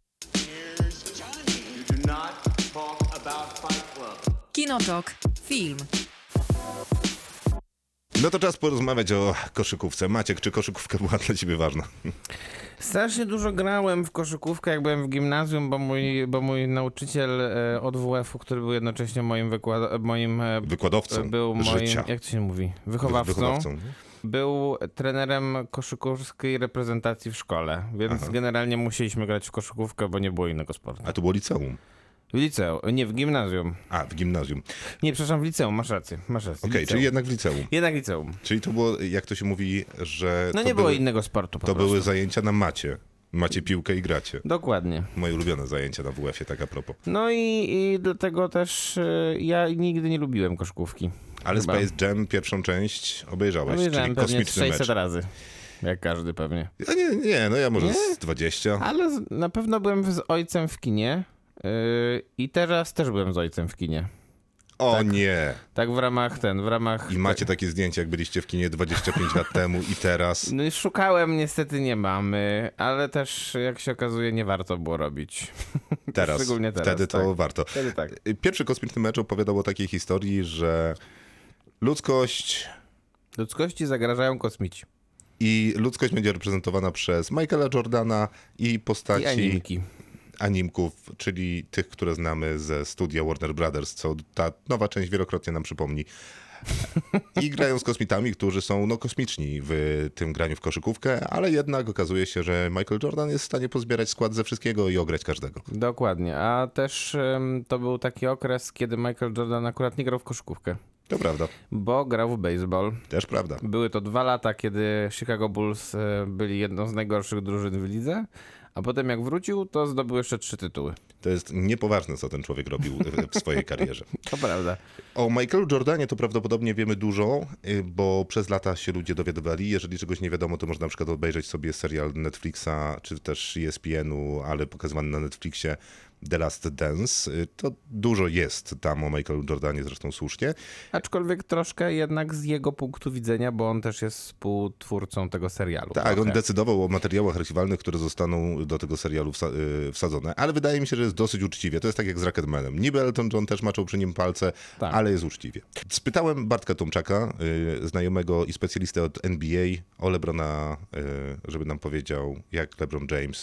Kinotok. Film. No to czas porozmawiać o koszykówce. Maciek, czy koszykówka była dla ciebie ważna? Strasznie dużo grałem w koszykówkę, jak byłem w gimnazjum, bo mój nauczyciel od WF-u, który był jednocześnie moim wykładowcą był życia. Jak to się mówi? Wychowawcą. Był trenerem koszykówskiej reprezentacji w szkole, więc generalnie musieliśmy grać w koszykówkę, bo nie było innego sportu. A to było liceum? W liceum, nie, w gimnazjum. A, w gimnazjum. Nie, przepraszam, w liceum, masz rację. Okej, czyli jednak w liceum. Jednak w liceum. Czyli to było, jak to się mówi, że... No nie było innego sportu po prostu. To były zajęcia na macie. Macie piłkę i gracie. Dokładnie. Moje ulubione zajęcia na WF-ie, tak a propos. No i dlatego też ja nigdy nie lubiłem koszykówki. Ale chyba. Space Jam pierwszą część obejrzałeś, czyli kosmiczny mecz. 600 razy. Jak każdy pewnie. No ja może z 20. Ale na pewno byłem z ojcem w kinie i teraz też byłem z ojcem w kinie. O tak, nie! Tak w ramach... I macie takie zdjęcie, jak byliście w kinie 25 lat temu i teraz? No i szukałem, niestety nie mamy, ale też jak się okazuje nie warto było robić. Teraz. Szczególnie teraz. Wtedy to warto. Wtedy tak. Pierwszy kosmiczny mecz opowiadał o takiej historii, że ludzkości zagrażają kosmici. I ludzkość będzie reprezentowana przez Michaela Jordana i postaci... animków, czyli tych, które znamy ze studia Warner Brothers, co ta nowa część wielokrotnie nam przypomni. I grają z kosmitami, którzy są kosmiczni w tym graniu w koszykówkę, ale jednak okazuje się, że Michael Jordan jest w stanie pozbierać skład ze wszystkiego i ograć każdego. Dokładnie, a też to był taki okres, kiedy Michael Jordan akurat nie grał w koszykówkę. To prawda. Bo grał w baseball. Też prawda. Były to 2 lata, kiedy Chicago Bulls byli jedną z najgorszych drużyn w lidze, a potem jak wrócił, to zdobył jeszcze 3 tytuły. To jest niepoważne, co ten człowiek robił w swojej karierze. To prawda. O Michaelu Jordanie to prawdopodobnie wiemy dużo, bo przez lata się ludzie dowiadywali. Jeżeli czegoś nie wiadomo, to można na przykład obejrzeć sobie serial Netflixa, czy też ESPN-u, ale pokazywany na Netflixie The Last Dance. To dużo jest tam o Michaelu Jordanie, zresztą słusznie. Aczkolwiek troszkę jednak z jego punktu widzenia, bo on też jest współtwórcą tego serialu. Tak, trochę. On decydował o materiałach archiwalnych, które zostaną do tego serialu wsadzone, ale wydaje mi się, że jest dosyć uczciwie. To jest tak jak z Rocketmanem. Niby Elton John też maczał przy nim palce, tak, ale jest uczciwie. Spytałem Bartka Tomczaka, znajomego i specjalistę od NBA, o LeBrona, żeby nam powiedział, jak LeBron James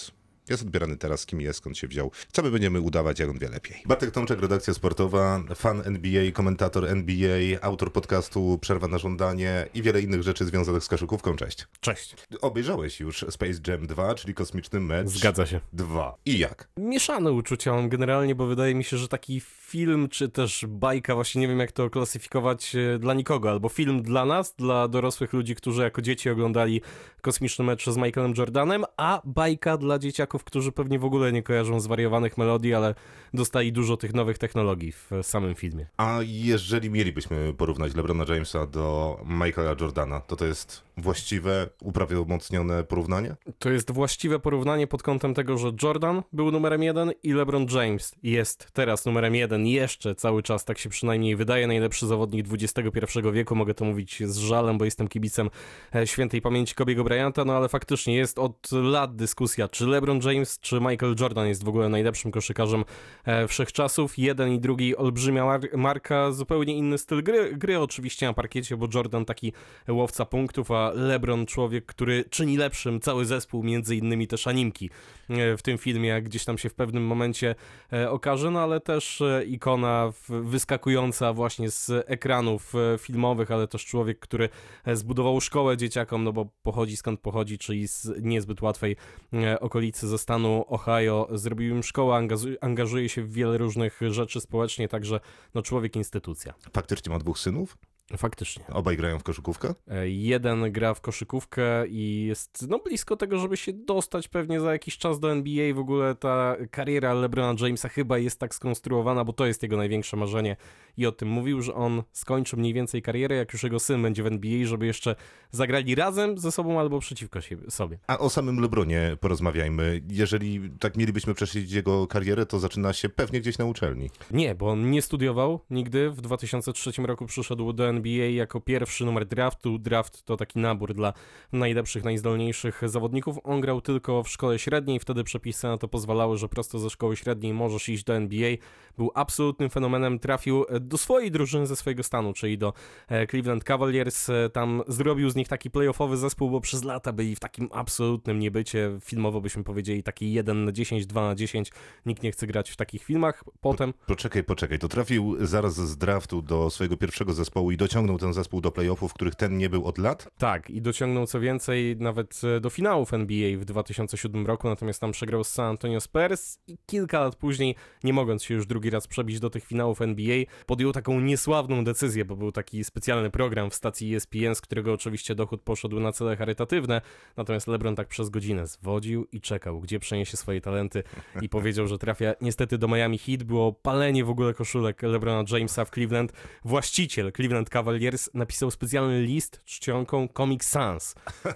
Jest odbierany teraz, kim jest, skąd się wziął. Co my będziemy udawać, jak on wie lepiej. Bartek Tomczak, redakcja sportowa, fan NBA, komentator NBA, autor podcastu Przerwa na żądanie i wiele innych rzeczy związanych z koszykówką. Cześć. Cześć. Obejrzałeś już Space Jam 2, czyli kosmiczny mecz. Zgadza się. 2. I jak? Mieszane uczucia mam generalnie, bo wydaje mi się, że taki film, czy też bajka, właśnie nie wiem jak to klasyfikować dla nikogo, albo film dla nas, dla dorosłych ludzi, którzy jako dzieci oglądali kosmiczny mecz z Michaelem Jordanem, a bajka dla dzieciaków, którzy pewnie w ogóle nie kojarzą zwariowanych melodii, ale dostali dużo tych nowych technologii w samym filmie. A jeżeli mielibyśmy porównać LeBrona Jamesa do Michaela Jordana, to jest właściwe, uprawomocnione porównanie? To jest właściwe porównanie pod kątem tego, że Jordan był numerem 1 i LeBron James jest teraz numerem 1 jeszcze cały czas, tak się przynajmniej wydaje, najlepszy zawodnik XXI wieku. Mogę to mówić z żalem, bo jestem kibicem świętej pamięci Kobiego Bryanta, no ale faktycznie jest od lat dyskusja, czy LeBron James, czy Michael Jordan jest w ogóle najlepszym koszykarzem wszechczasów. Jeden i drugi olbrzymia marka, zupełnie inny styl gry oczywiście na parkiecie, bo Jordan taki łowca punktów, a LeBron człowiek, który czyni lepszym cały zespół, między innymi też animki w tym filmie, jak gdzieś tam się w pewnym momencie okaże, no ale też ikona wyskakująca właśnie z ekranów filmowych, ale też człowiek, który zbudował szkołę dzieciakom, no bo pochodzi skąd pochodzi, czyli z niezbyt łatwej okolicy ze stanu Ohio. Zrobił im szkołę, angażuje się w wiele różnych rzeczy społecznie, także no człowiek instytucja. Faktycznie ma 2 synów? Faktycznie. Obaj grają w koszykówkę? Jeden gra w koszykówkę i jest blisko tego, żeby się dostać pewnie za jakiś czas do NBA. W ogóle ta kariera LeBrona Jamesa chyba jest tak skonstruowana, bo to jest jego największe marzenie i o tym mówił, że on skończy mniej więcej karierę, jak już jego syn będzie w NBA, żeby jeszcze zagrali razem ze sobą albo przeciwko sobie. A o samym LeBronie porozmawiajmy. Jeżeli tak mielibyśmy prześledzić jego karierę, to zaczyna się pewnie gdzieś na uczelni. Nie, bo on nie studiował nigdy. W 2003 roku przyszedł do NBA jako pierwszy numer draftu. Draft to taki nabór dla najlepszych, najzdolniejszych zawodników. On grał tylko w szkole średniej, wtedy przepisy na to pozwalały, że prosto ze szkoły średniej możesz iść do NBA. Był absolutnym fenomenem, trafił do swojej drużyny ze swojego stanu, czyli do Cleveland Cavaliers. Tam zrobił z nich taki playoffowy zespół, bo przez lata byli w takim absolutnym niebycie. Filmowo byśmy powiedzieli taki 1/10, 2/10. Nikt nie chce grać w takich filmach. Potem... Poczekaj. To trafił zaraz z draftu do swojego pierwszego zespołu i dociągnął ten zespół do playoffów, w których ten nie był od lat? Tak, i dociągnął co więcej nawet do finałów NBA w 2007 roku, natomiast tam przegrał z San Antonio Spurs i kilka lat później, nie mogąc się już drugi raz przebić do tych finałów NBA, podjął taką niesławną decyzję, bo był taki specjalny program w stacji ESPN, z którego oczywiście dochód poszedł na cele charytatywne, natomiast LeBron tak przez godzinę zwodził i czekał, gdzie przeniesie swoje talenty i powiedział, że trafia niestety do Miami Heat. Było palenie w ogóle koszulek LeBrona Jamesa w Cleveland. Właściciel Cleveland Cavaliers napisał specjalny list czcionką Comic Sans.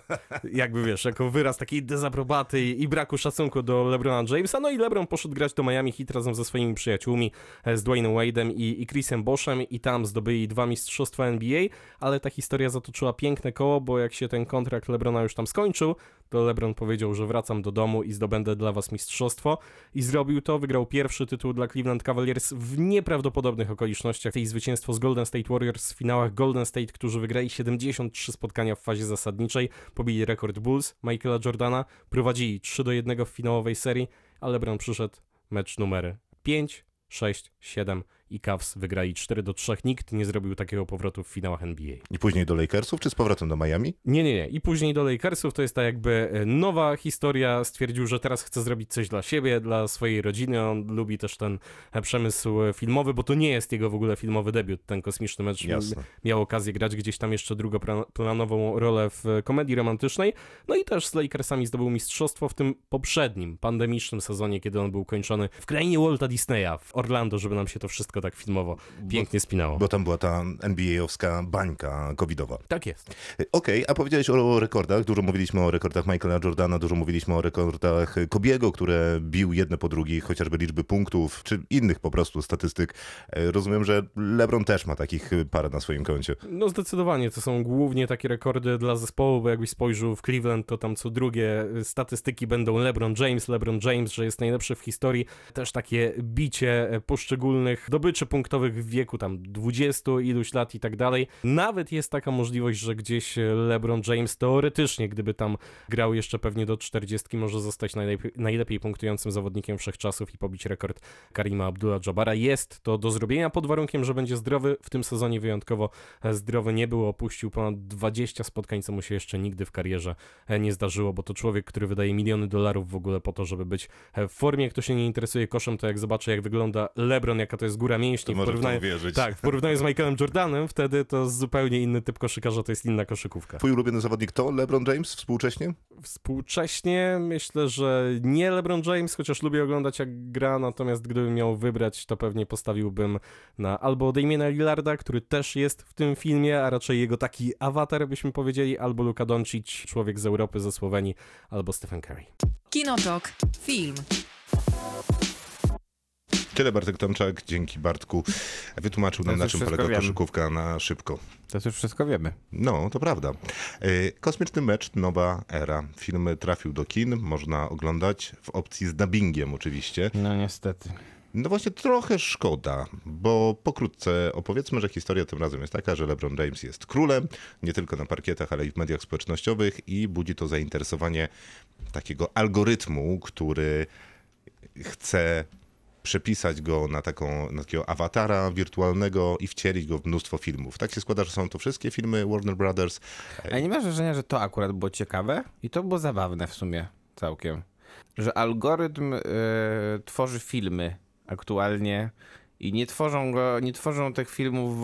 Jakby wiesz, jako wyraz takiej dezaprobaty i braku szacunku do LeBrona Jamesa. No i LeBron poszedł grać do Miami Heat razem ze swoimi przyjaciółmi, z Dwaynem Wade'em i Chrisem Boszem i tam zdobyli 2 mistrzostwa NBA, ale ta historia zatoczyła piękne koło, bo jak się ten kontrakt LeBrona już tam skończył, to LeBron powiedział, że wracam do domu i zdobędę dla was mistrzostwo i zrobił to, wygrał pierwszy tytuł dla Cleveland Cavaliers w nieprawdopodobnych okolicznościach. I zwycięstwo z Golden State Warriors w finałach Golden State, którzy wygrali 73 spotkania w fazie zasadniczej, pobili rekord Bulls Michaela Jordana, prowadzili 3-1 w finałowej serii, a LeBron przyszedł mecz numer 5, 6, 7 i Cavs wygrali 4-3. Nikt nie zrobił takiego powrotu w finałach NBA. I później do Lakersów, czy z powrotem do Miami? Nie. I później do Lakersów. To jest ta jakby nowa historia. Stwierdził, że teraz chce zrobić coś dla siebie, dla swojej rodziny. On lubi też ten przemysł filmowy, bo to nie jest jego w ogóle filmowy debiut. Ten kosmiczny mecz. Jasne. Miał okazję grać gdzieś tam jeszcze drugoplanową rolę w komedii romantycznej. No i też z Lakersami zdobył mistrzostwo w tym poprzednim, pandemicznym sezonie, kiedy on był kończony w krainie Walta Disneya, w Orlando, żeby nam się to wszystko tak filmowo pięknie spinało. Bo tam była ta NBA-owska bańka covidowa. Tak jest. Okej, a powiedziałeś o rekordach. Dużo mówiliśmy o rekordach Michaela Jordana, dużo mówiliśmy o rekordach Kobiego, które bił jedne po drugich, chociażby liczby punktów, czy innych po prostu statystyk. Rozumiem, że LeBron też ma takich parę na swoim koncie. No zdecydowanie, to są głównie takie rekordy dla zespołu, bo jakbyś spojrzał w Cleveland, to tam co drugie statystyki będą LeBron James, że jest najlepszy w historii. Też takie bicie poszczególnych zdobywców zdobyczy punktowych w wieku tam 20 iluś lat i tak dalej. Nawet jest taka możliwość, że gdzieś LeBron James teoretycznie, gdyby tam grał jeszcze pewnie do 40, może zostać najlepiej punktującym zawodnikiem wszechczasów i pobić rekord Karima Abdullah-Jabbara. Jest to do zrobienia pod warunkiem, że będzie zdrowy. W tym sezonie wyjątkowo zdrowy nie był, opuścił ponad 20 spotkań, co mu się jeszcze nigdy w karierze nie zdarzyło, bo to człowiek, który wydaje miliony dolarów w ogóle po to, żeby być w formie. Kto się nie interesuje koszem, to jak zobaczy, jak wygląda LeBron, jaka to jest góra mięśni To może w to uwierzyć. tak, w porównaniu z Michaelem Jordanem, wtedy to zupełnie inny typ koszykarza, to jest inna koszykówka. Twój ulubiony zawodnik to LeBron James współcześnie? Współcześnie myślę, że nie LeBron James, chociaż lubię oglądać jak gra, natomiast gdybym miał wybrać, to pewnie postawiłbym na albo Damiana Lillarda, który też jest w tym filmie, a raczej jego taki awatar, byśmy powiedzieli, albo Luka Doncic, człowiek z Europy, ze Słowenii, albo Stephen Curry. Kinotok. Film. Tyle Bartek Tomczak, dzięki Bartku. Wytłumaczył nam, To na już czym wszystko polega wiem. koszykówka na szybko. To już wszystko wiemy. No, to prawda. Kosmiczny mecz, nowa era. Film trafił do kin, można oglądać w opcji z dubbingiem oczywiście. No niestety. No właśnie trochę szkoda, bo pokrótce opowiedzmy, że historia tym razem jest taka, że LeBron James jest królem, nie tylko na parkietach, ale i w mediach społecznościowych i budzi to zainteresowanie takiego algorytmu, który chce przepisać go na takiego awatara wirtualnego i wcielić go w mnóstwo filmów. Tak się składa, że są to wszystkie filmy Warner Brothers. A nie masz wrażenia, że to akurat było ciekawe? I to było zabawne w sumie całkiem. Że algorytm tworzy filmy aktualnie i nie tworzą tych filmów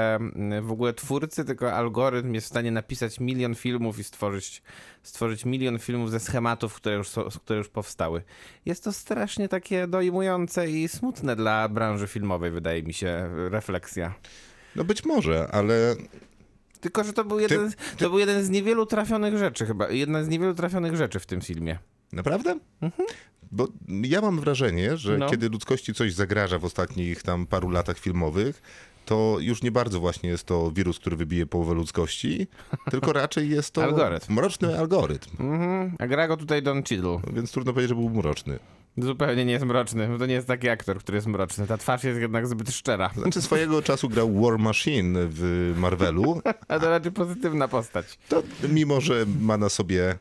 w ogóle twórcy, tylko algorytm jest w stanie napisać 1 milion filmów i stworzyć 1 milion filmów ze schematów, które już powstały. Jest to strasznie takie dojmujące i smutne dla branży filmowej, wydaje mi się, refleksja. No być może, ale Tylko, że to był jeden z niewielu trafionych rzeczy chyba, jedna z niewielu trafionych rzeczy w tym filmie. naprawdę? Bo ja mam wrażenie, że No. kiedy ludzkości coś zagraża w ostatnich tam paru latach filmowych, to już nie bardzo właśnie jest to wirus, który wybije połowę ludzkości, tylko raczej jest to Algorytm. mroczny algorytm. A gra go tutaj Don Cheadle. Więc trudno powiedzieć, że był mroczny. Zupełnie nie jest mroczny, bo to nie jest taki aktor, który jest mroczny. Ta twarz jest jednak zbyt szczera. Znaczy swojego czasu grał War Machine w Marvelu, A to raczej pozytywna postać. to mimo, że ma na sobie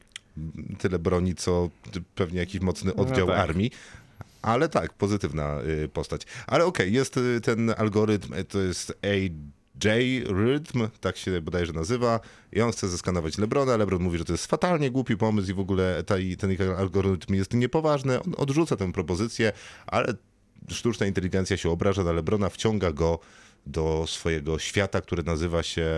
tyle broni, co pewnie jakiś mocny oddział tak. armii. Ale tak, pozytywna postać. Ale okej, jest ten algorytm, to jest AJ-Rhythm, tak się bodajże nazywa. I on chce zeskanować LeBrona. LeBron mówi, że to jest fatalnie głupi pomysł i w ogóle ten algorytm jest niepoważny. On odrzuca tę propozycję, ale sztuczna inteligencja się obraża na LeBrona, wciąga go do swojego świata, który nazywa się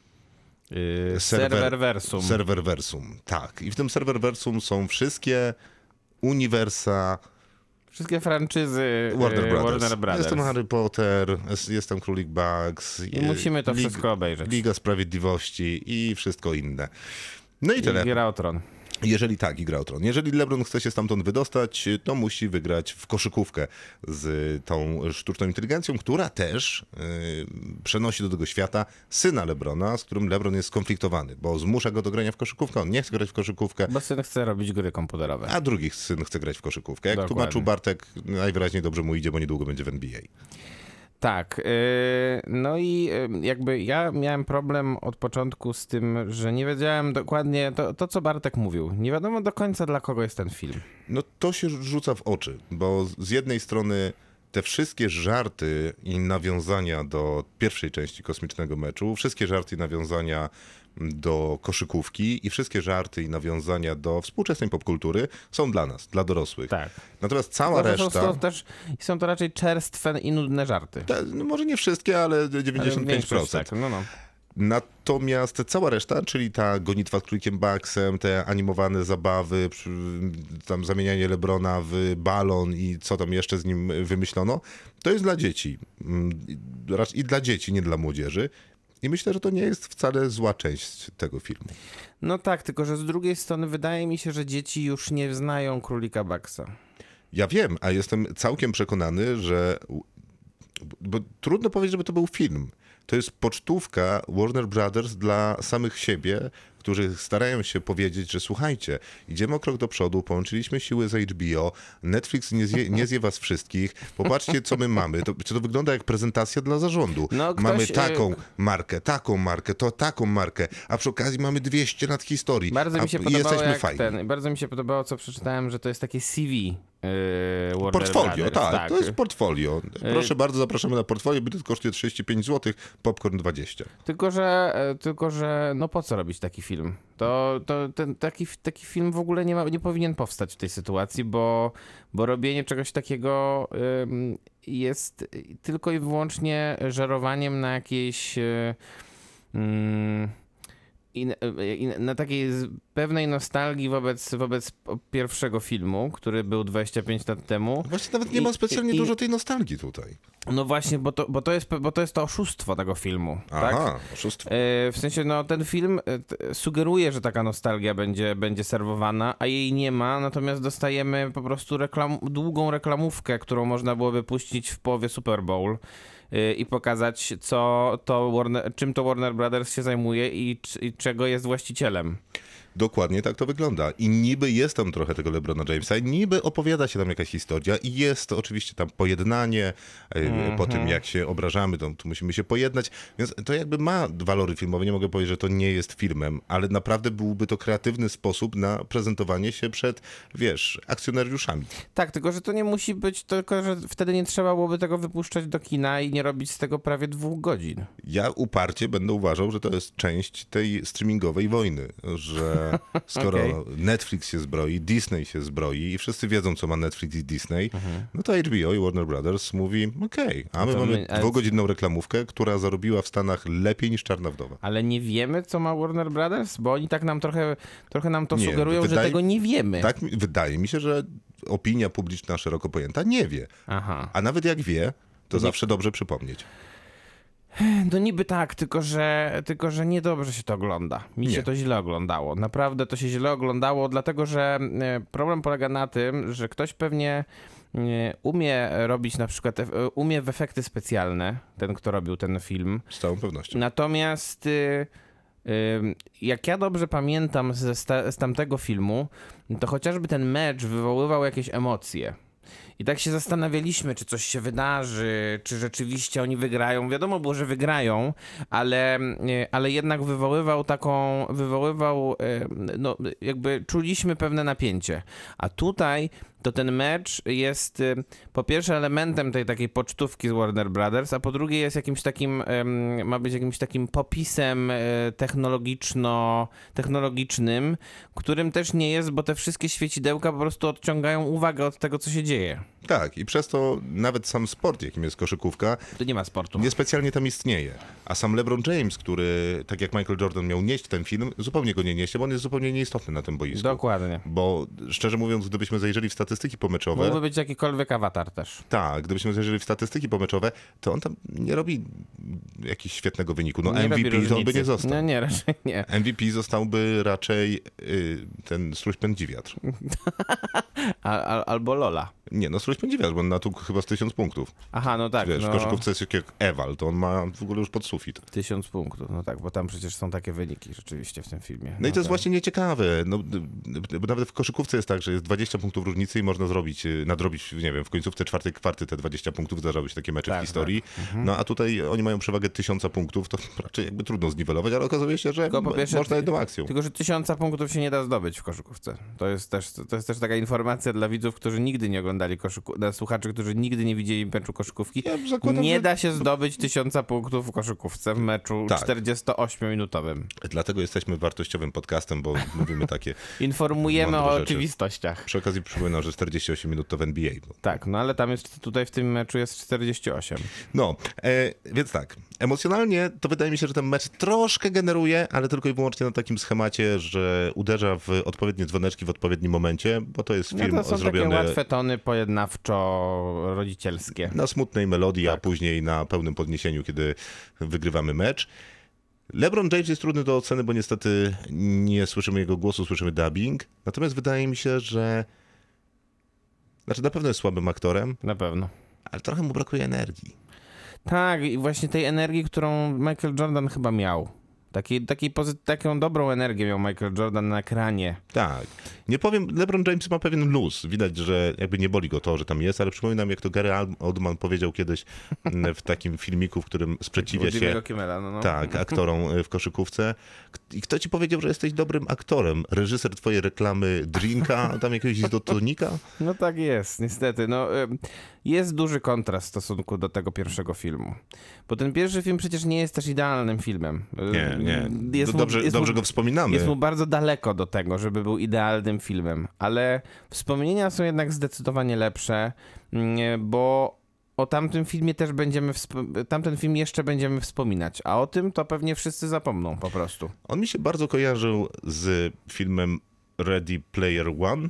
Serverversum. Serverversum, tak. I w tym Serverversum są wszystkie uniwersa Wszystkie franczyzy Warner Brothers. Brothers. Jest tam Harry Potter, jest tam Królik Bugs. I musimy to wszystko obejrzeć. Liga Sprawiedliwości i wszystko inne. No i tyle. I Gra o Tron. Jeżeli tak, i gra o Tron. Jeżeli LeBron chce się stamtąd wydostać, to musi wygrać w koszykówkę z tą sztuczną inteligencją, która też przenosi do tego świata syna LeBrona, z którym LeBron jest skonfliktowany, bo zmusza go do grania w koszykówkę, on nie chce grać w koszykówkę, Bo syn chce robić gry komputerowe. a drugi syn chce grać w koszykówkę. Jak Dokładnie. tłumaczył Bartek, najwyraźniej dobrze mu idzie, bo niedługo będzie w NBA. Tak. No i jakby ja miałem problem od początku z tym, że nie wiedziałem dokładnie to, co Bartek mówił. Nie wiadomo do końca, dla kogo jest ten film. No to się rzuca w oczy, bo z jednej strony te wszystkie żarty i nawiązania do pierwszej części Kosmicznego Meczu, wszystkie żarty i nawiązania do koszykówki i wszystkie żarty i nawiązania do współczesnej popkultury są dla nas, dla dorosłych. Tak. Natomiast cała reszta... Są to raczej czerstwe i nudne żarty. No może nie wszystkie, ale 95%. Większość, tak. No. Natomiast cała reszta, czyli ta gonitwa z Królikiem Bugsem, te animowane zabawy, tam zamienianie LeBrona w balon i co tam jeszcze z nim wymyślono, to jest dla dzieci. I dla dzieci, nie dla młodzieży. I myślę, że to nie jest wcale zła część tego filmu. No tak, tylko że z drugiej strony wydaje mi się, że dzieci już nie znają Królika Bugsa. Ja wiem, a jestem całkiem przekonany, że... Bo trudno powiedzieć, żeby to był film. To jest pocztówka Warner Brothers dla samych siebie, którzy starają się powiedzieć, że słuchajcie, idziemy o krok do przodu, połączyliśmy siły z HBO, Netflix nie zje was wszystkich, popatrzcie co my mamy. To wygląda jak prezentacja dla zarządu. No, Mamy taką markę, taką markę, a przy okazji mamy 200 lat historii. Bardzo mi się podobało, jesteśmy fajni. bardzo mi się podobało, co przeczytałem, że to jest takie CV Warner Portfolio, Brothers. tak, to jest portfolio. Proszę bardzo, zapraszamy na portfolio, bilet kosztuje 35 zł, popcorn 20. Tylko, że no po co robić taki film? Taki film w ogóle nie powinien powstać w tej sytuacji, bo robienie czegoś takiego jest tylko i wyłącznie żerowaniem na jakiejś na takiej pewnej nostalgii wobec pierwszego filmu, który był 25 lat temu. Właśnie nawet nie ma specjalnie dużo tej nostalgii tutaj. No właśnie, bo to jest to oszustwo tego filmu. Aha, tak? oszustwo. W sensie, no ten film sugeruje, że taka nostalgia będzie serwowana, a jej nie ma, natomiast dostajemy po prostu długą reklamówkę, którą można byłoby puścić w połowie Super Bowl i pokazać, czym to Warner Brothers się zajmuje i czego jest właścicielem. Dokładnie tak to wygląda. I niby jest tam trochę tego LeBrona Jamesa, niby opowiada się tam jakaś historia i jest to oczywiście tam pojednanie, po tym jak się obrażamy, to musimy się pojednać, więc to jakby ma walory filmowe, nie mogę powiedzieć, że to nie jest filmem, ale naprawdę byłby to kreatywny sposób na prezentowanie się przed, akcjonariuszami. Tak, tylko że to nie musi być, tylko że wtedy nie trzeba byłoby tego wypuszczać do kina i nie robić z tego prawie 2 godzin. Ja uparcie będę uważał, że to jest część tej streamingowej wojny, że skoro Netflix się zbroi, Disney się zbroi i wszyscy wiedzą, co ma Netflix i Disney, no to HBO i Warner Brothers mówi, a my mamy 2-godzinną reklamówkę, która zarobiła w Stanach lepiej niż Czarna Wdowa. Ale nie wiemy, co ma Warner Brothers? Bo oni tak nam trochę nam to Nie, sugerują, że tego nie wiemy. Tak, wydaje mi się, że opinia publiczna szeroko pojęta nie wie. Aha. A nawet jak wie, to zawsze dobrze przypomnieć. No niby tak, tylko że niedobrze się to ogląda. Mi się to źle oglądało. Naprawdę to się źle oglądało, dlatego że problem polega na tym, że ktoś pewnie umie robić na przykład, umie w efekty specjalne, ten kto robił ten film. Z całą pewnością. Natomiast jak ja dobrze pamiętam z tamtego filmu, to chociażby ten mecz wywoływał jakieś emocje. I tak się zastanawialiśmy, czy coś się wydarzy, czy rzeczywiście oni wygrają. Wiadomo było, że wygrają, ale jednak wywoływał no jakby czuliśmy pewne napięcie. A tutaj to ten mecz jest po pierwsze elementem tej takiej pocztówki z Warner Brothers, a po drugie jest jakimś takim, ma być jakimś takim popisem technologicznym, którym też nie jest, bo te wszystkie świecidełka po prostu odciągają uwagę od tego, co się dzieje. Tak, i przez to nawet sam sport, jakim jest koszykówka, To nie ma sportu. niespecjalnie tam istnieje. A sam LeBron James, który, tak jak Michael Jordan miał nieść ten film, zupełnie go nie niesie, bo on jest zupełnie nieistotny na tym boisku. Dokładnie. Bo szczerze mówiąc, gdybyśmy zajrzeli w statystyki pomeczowe... Mógłby być jakikolwiek awatar też. Tak, gdybyśmy zajrzeli w statystyki pomeczowe, to on tam nie robi jakiegoś świetnego wyniku. No Nie robi MVP to on by nie został. No nie, raczej nie. MVP zostałby raczej ten Struś Pędzi Wiatr. Albo Lola. Nie, no Struś Pędzi Wiatr, bo on natłukł chyba z 1000 punktów. Aha, no tak. Wiesz, no, w koszykówce jest jak Ewal, to on ma w ogóle już pod sufit. 1000 punktów, no tak, bo tam przecież są takie wyniki rzeczywiście w tym filmie. No i to jest tak. właśnie nieciekawe, no, bo nawet w koszykówce jest tak, że jest 20 punktów różnicy i można nadrobić, nie wiem, w końcówce 4. kwarty te 20 punktów, zdarzały się takie mecze Tak, w historii. tak. No a tutaj oni mają przewagę 1000 punktów, to raczej jakby trudno zniwelować, ale okazuje się, że Tylko po pierwsze, można jedną akcją. Tylko, że 1000 punktów się nie da zdobyć w koszykówce. To jest też taka informacja dla widzów, którzy nigdy nie oglądali dla słuchaczy, którzy nigdy nie widzieli meczu koszykówki. Ja zakładam, Nie że- da się zdobyć 1000 punktów w koszykówce w meczu Tak. 48-minutowym. Dlatego jesteśmy wartościowym podcastem, bo mówimy takie... Informujemy Mądre o rzeczy. oczywistościach. Przy okazji przypominam, że 48 minut to w NBA. Tak, no ale tam jest, tutaj w tym meczu jest 48. No, więc tak, emocjonalnie to wydaje mi się, że ten mecz troszkę generuje, ale tylko i wyłącznie na takim schemacie, że uderza w odpowiednie dzwoneczki w odpowiednim momencie, bo to jest No film to są zrobiony takie łatwe tony pojednawczo-rodzicielskie. na smutnej melodii, a Tak. później na pełnym podniesieniu, kiedy wygrywamy mecz. LeBron James jest trudny do oceny, bo niestety nie słyszymy jego głosu, słyszymy dubbing. Natomiast wydaje mi się, że... Znaczy na pewno jest słabym aktorem, Na pewno. ale trochę mu brakuje energii. Tak, i właśnie tej energii, którą Michael Jordan chyba miał. Taką dobrą energię miał Michael Jordan na ekranie. Tak. Nie powiem, LeBron James ma pewien luz. Widać, że jakby nie boli go to, że tam jest, ale przypominam, jak to Gary Oldman powiedział kiedyś w takim filmiku, w którym sprzeciwia się tak, aktorom w koszykówce. I kto ci powiedział, że jesteś dobrym aktorem? Reżyser twojej reklamy drinka, tam jakiegoś izotonika? No tak jest, niestety. No, jest duży kontrast w stosunku do tego pierwszego filmu. Bo ten pierwszy film przecież nie jest też idealnym filmem. Nie. Dobrze go wspominamy. Jest mu bardzo daleko do tego, żeby był idealnym filmem, ale wspomnienia są jednak zdecydowanie lepsze, bo o tamtym filmie też tamten film jeszcze będziemy wspominać, a o tym to pewnie wszyscy zapomną po prostu. On mi się bardzo kojarzył z filmem Ready Player One,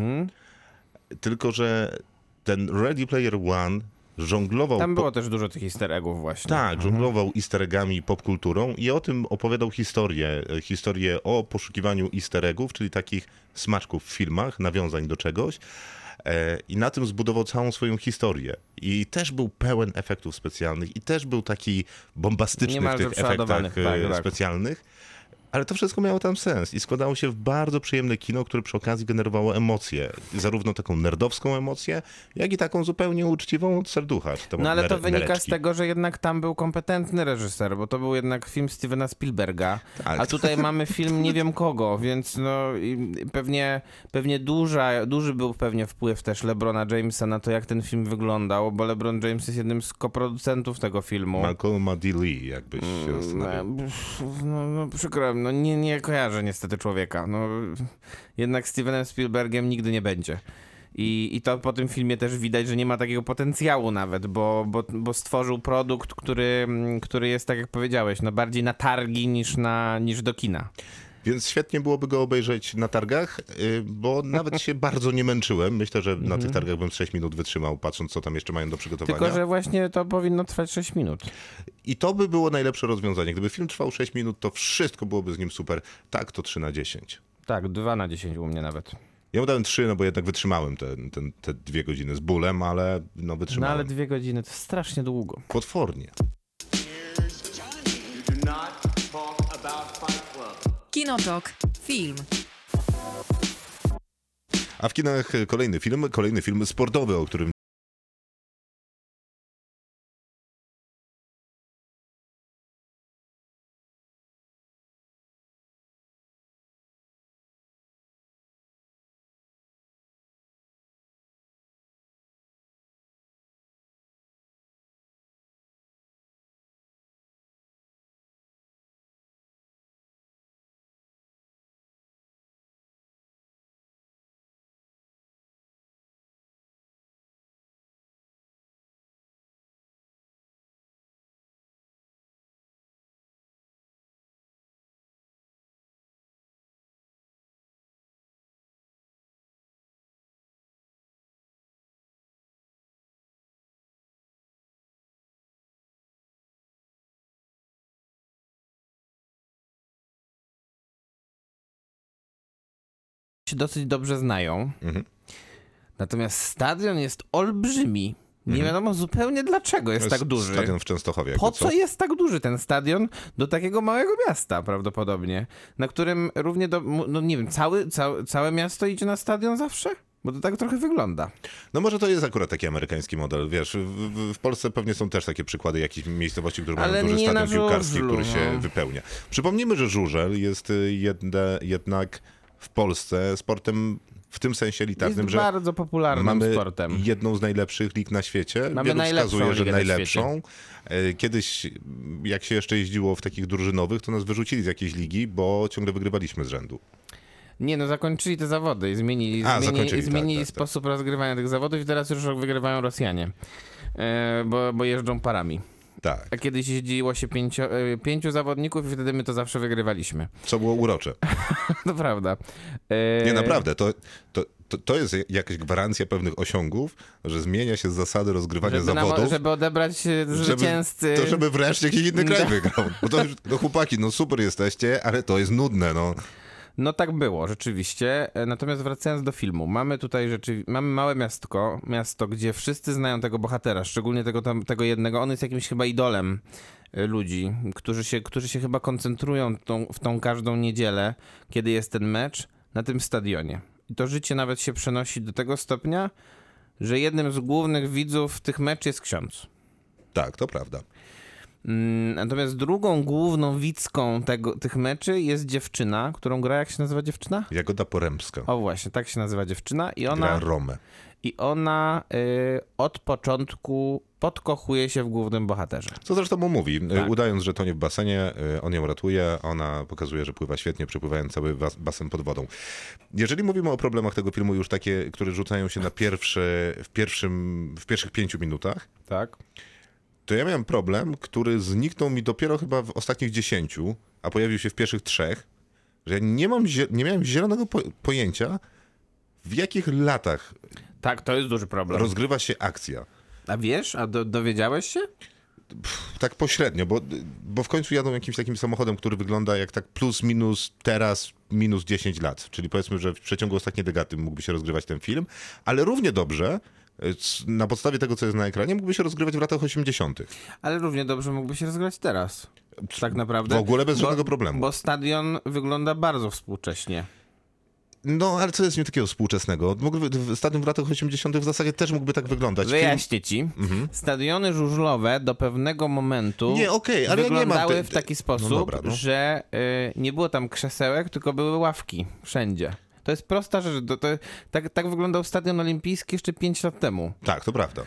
tylko że ten Ready Player One żonglował... Tam było też dużo tych easter eggów właśnie. Tak, żonglował easter eggami i popkulturą i o tym opowiadał historię o poszukiwaniu easter eggów, czyli takich smaczków w filmach, nawiązań do czegoś. I na tym zbudował całą swoją historię. I też był pełen efektów specjalnych i też był taki bombastyczny w tych efektach specjalnych. Ale to wszystko miało tam sens i składało się w bardzo przyjemne kino, które przy okazji generowało emocje. Zarówno taką nerdowską emocję, jak i taką zupełnie uczciwą od serducha. No ale to wynika z tego, że jednak tam był kompetentny reżyser, bo to był jednak film Stevena Spielberga, tak. A tutaj mamy film nie wiem kogo, więc no pewnie duży był pewnie wpływ też LeBrona Jamesa na to, jak ten film wyglądał, bo LeBron James jest jednym z koproducentów tego filmu. Malcolma D. Lee, jakbyś się zastanawiał. No przykro, no nie kojarzę niestety człowieka. No, jednak Stevenem Spielbergiem nigdy nie będzie. I to po tym filmie też widać, że nie ma takiego potencjału nawet, bo stworzył produkt, który jest, tak jak powiedziałeś, no bardziej na targi niż do kina. Więc świetnie byłoby go obejrzeć na targach, bo nawet się bardzo nie męczyłem. Myślę, że na tych targach bym 6 minut wytrzymał, patrząc co tam jeszcze mają do przygotowania. Tylko, że właśnie to powinno trwać 6 minut. I to by było najlepsze rozwiązanie. Gdyby film trwał 6 minut, to wszystko byłoby z nim super. Tak, to 3 na 10. Tak, 2 na 10 u mnie nawet. Ja mu dałem 3, no bo jednak wytrzymałem te 2 godziny z bólem, ale no wytrzymałem. No ale 2 godziny to strasznie długo. Potwornie. Kinotok. Film. A w kinach kolejny film sportowy, o którym się dosyć dobrze znają. Natomiast stadion jest olbrzymi. Nie wiadomo zupełnie dlaczego jest tak duży. Stadion w Częstochowie. Po co jest tak duży ten stadion do takiego małego miasta prawdopodobnie, na którym równie no nie wiem, całe miasto idzie na stadion zawsze? Bo to tak trochę wygląda. No może to jest akurat taki amerykański model, wiesz, w Polsce pewnie są też takie przykłady jakichś miejscowości, które mają duży stadion piłkarski, który się wypełnia. Przypomnijmy, że żużel jest jednak w Polsce sportem w tym sensie elitarnym, jest że bardzo popularnym mamy sportem. Jedną z najlepszych lig na świecie. Mamy Wielu wskazuje, że najlepszą. Na Kiedyś, jak się jeszcze jeździło w takich drużynowych, to nas wyrzucili z jakiejś ligi, bo ciągle wygrywaliśmy z rzędu. Nie, no zakończyli te zawody i zmienili sposób rozgrywania tych zawodów i teraz już wygrywają Rosjanie, bo jeżdżą parami. Tak. A kiedyś jeździło się 5 zawodników i wtedy my to zawsze wygrywaliśmy. Co było urocze. To prawda. Nie, naprawdę. To jest jakaś gwarancja pewnych osiągów, że zmienia się zasady rozgrywania zawodów. Żeby odebrać zwycięzcy. Żeby wreszcie jakiś inny kraj wygrał. Bo to już, no chłopaki, no super jesteście, ale to jest nudne, no. No tak było, rzeczywiście. Natomiast wracając do filmu, mamy tutaj mamy małe miasto, gdzie wszyscy znają tego bohatera, szczególnie tego jednego. On jest jakimś chyba idolem ludzi, którzy się chyba koncentrują w tą każdą niedzielę, kiedy jest ten mecz, na tym stadionie. I to życie nawet się przenosi do tego stopnia, że jednym z głównych widzów tych meczy jest ksiądz. Tak, to prawda. Natomiast drugą główną widzką tych meczy jest dziewczyna, którą gra, jak się nazywa dziewczyna? Jagoda Porębska. O właśnie, tak się nazywa dziewczyna. Gra Romę. I ona od początku podkochuje się w głównym bohaterze. Co zresztą mu mówi, Tak. udając, że tonie w basenie, on ją ratuje, ona pokazuje, że pływa świetnie, przepływając cały basen pod wodą. Jeżeli mówimy o problemach tego filmu, już takie, które rzucają się na w pierwszych 5 minutach, Tak. to ja miałem problem, który zniknął mi dopiero chyba w ostatnich 10, a pojawił się w pierwszych 3, że ja nie miałem zielonego pojęcia, w jakich latach Tak, to jest duży problem. rozgrywa się akcja. A wiesz? A dowiedziałeś się? Tak pośrednio, bo w końcu jadą jakimś takim samochodem, który wygląda jak tak plus minus teraz minus 10 lat. Czyli powiedzmy, że w przeciągu ostatniej dekady mógłby się rozgrywać ten film, ale równie dobrze na podstawie tego, co jest na ekranie, mógłby się rozgrywać w latach 80. Ale równie dobrze mógłby się rozgrać teraz. Tak naprawdę. W ogóle bez żadnego problemu. Bo stadion wygląda bardzo współcześnie. No, ale co jest w nim takiego współczesnego? Stadion w latach 80. w zasadzie też mógłby tak wyglądać. Wyjaśnię ci. Stadiony żużlowe do pewnego momentu Nie, okej, ale ja nie mam wyglądały w taki sposób, No dobra, no. że nie było tam krzesełek, tylko były ławki wszędzie. To jest prosta rzecz. Tak wyglądał Stadion Olimpijski jeszcze 5 lat temu. Tak, to prawda.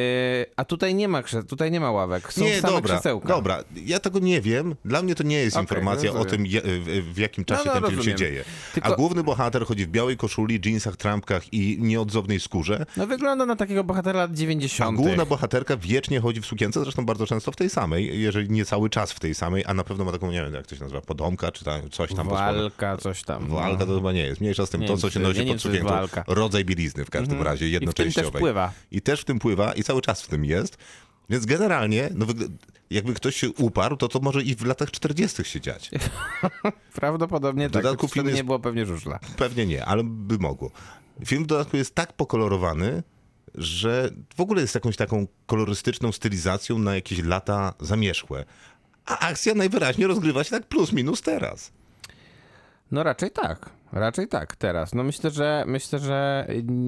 A tutaj nie ma ławek. Są same krzesełka. Dobra, ja tego nie wiem. Dla mnie to nie jest informacja o tym, w jakim czasie ten film rozumiem. się dzieje. Tylko- A główny bohater chodzi w białej koszuli, dżinsach, trampkach i nieodzownej skórze. No wygląda na takiego bohatera lat A 90. główna bohaterka wiecznie chodzi w sukience, zresztą bardzo często w tej samej, jeżeli nie cały czas w tej samej, a na pewno ma taką, nie wiem, jak to się nazywa, podomka, czy coś tam. Walka, coś tam. Walka to chyba nie jest. Mniejsza z tym, Nie to wiem, co się czy- nosi ja nie pod wiem, czy to jest sukienką. walka. Rodzaj bielizny w każdym razie, I w tym jednoczęściowej. też pływa. I też w tym pływa i cały czas w tym jest. Więc generalnie, no, jakby ktoś się uparł, to może i w latach 40. się dziać. Prawdopodobnie tak. dodatku Wtedy film jest- nie było pewnie żużla. Pewnie nie, ale by mogło. Film w dodatku jest tak pokolorowany, że w ogóle jest jakąś taką kolorystyczną stylizacją na jakieś lata zamierzchłe. A akcja najwyraźniej rozgrywa się tak plus minus teraz. No raczej tak teraz. No myślę, że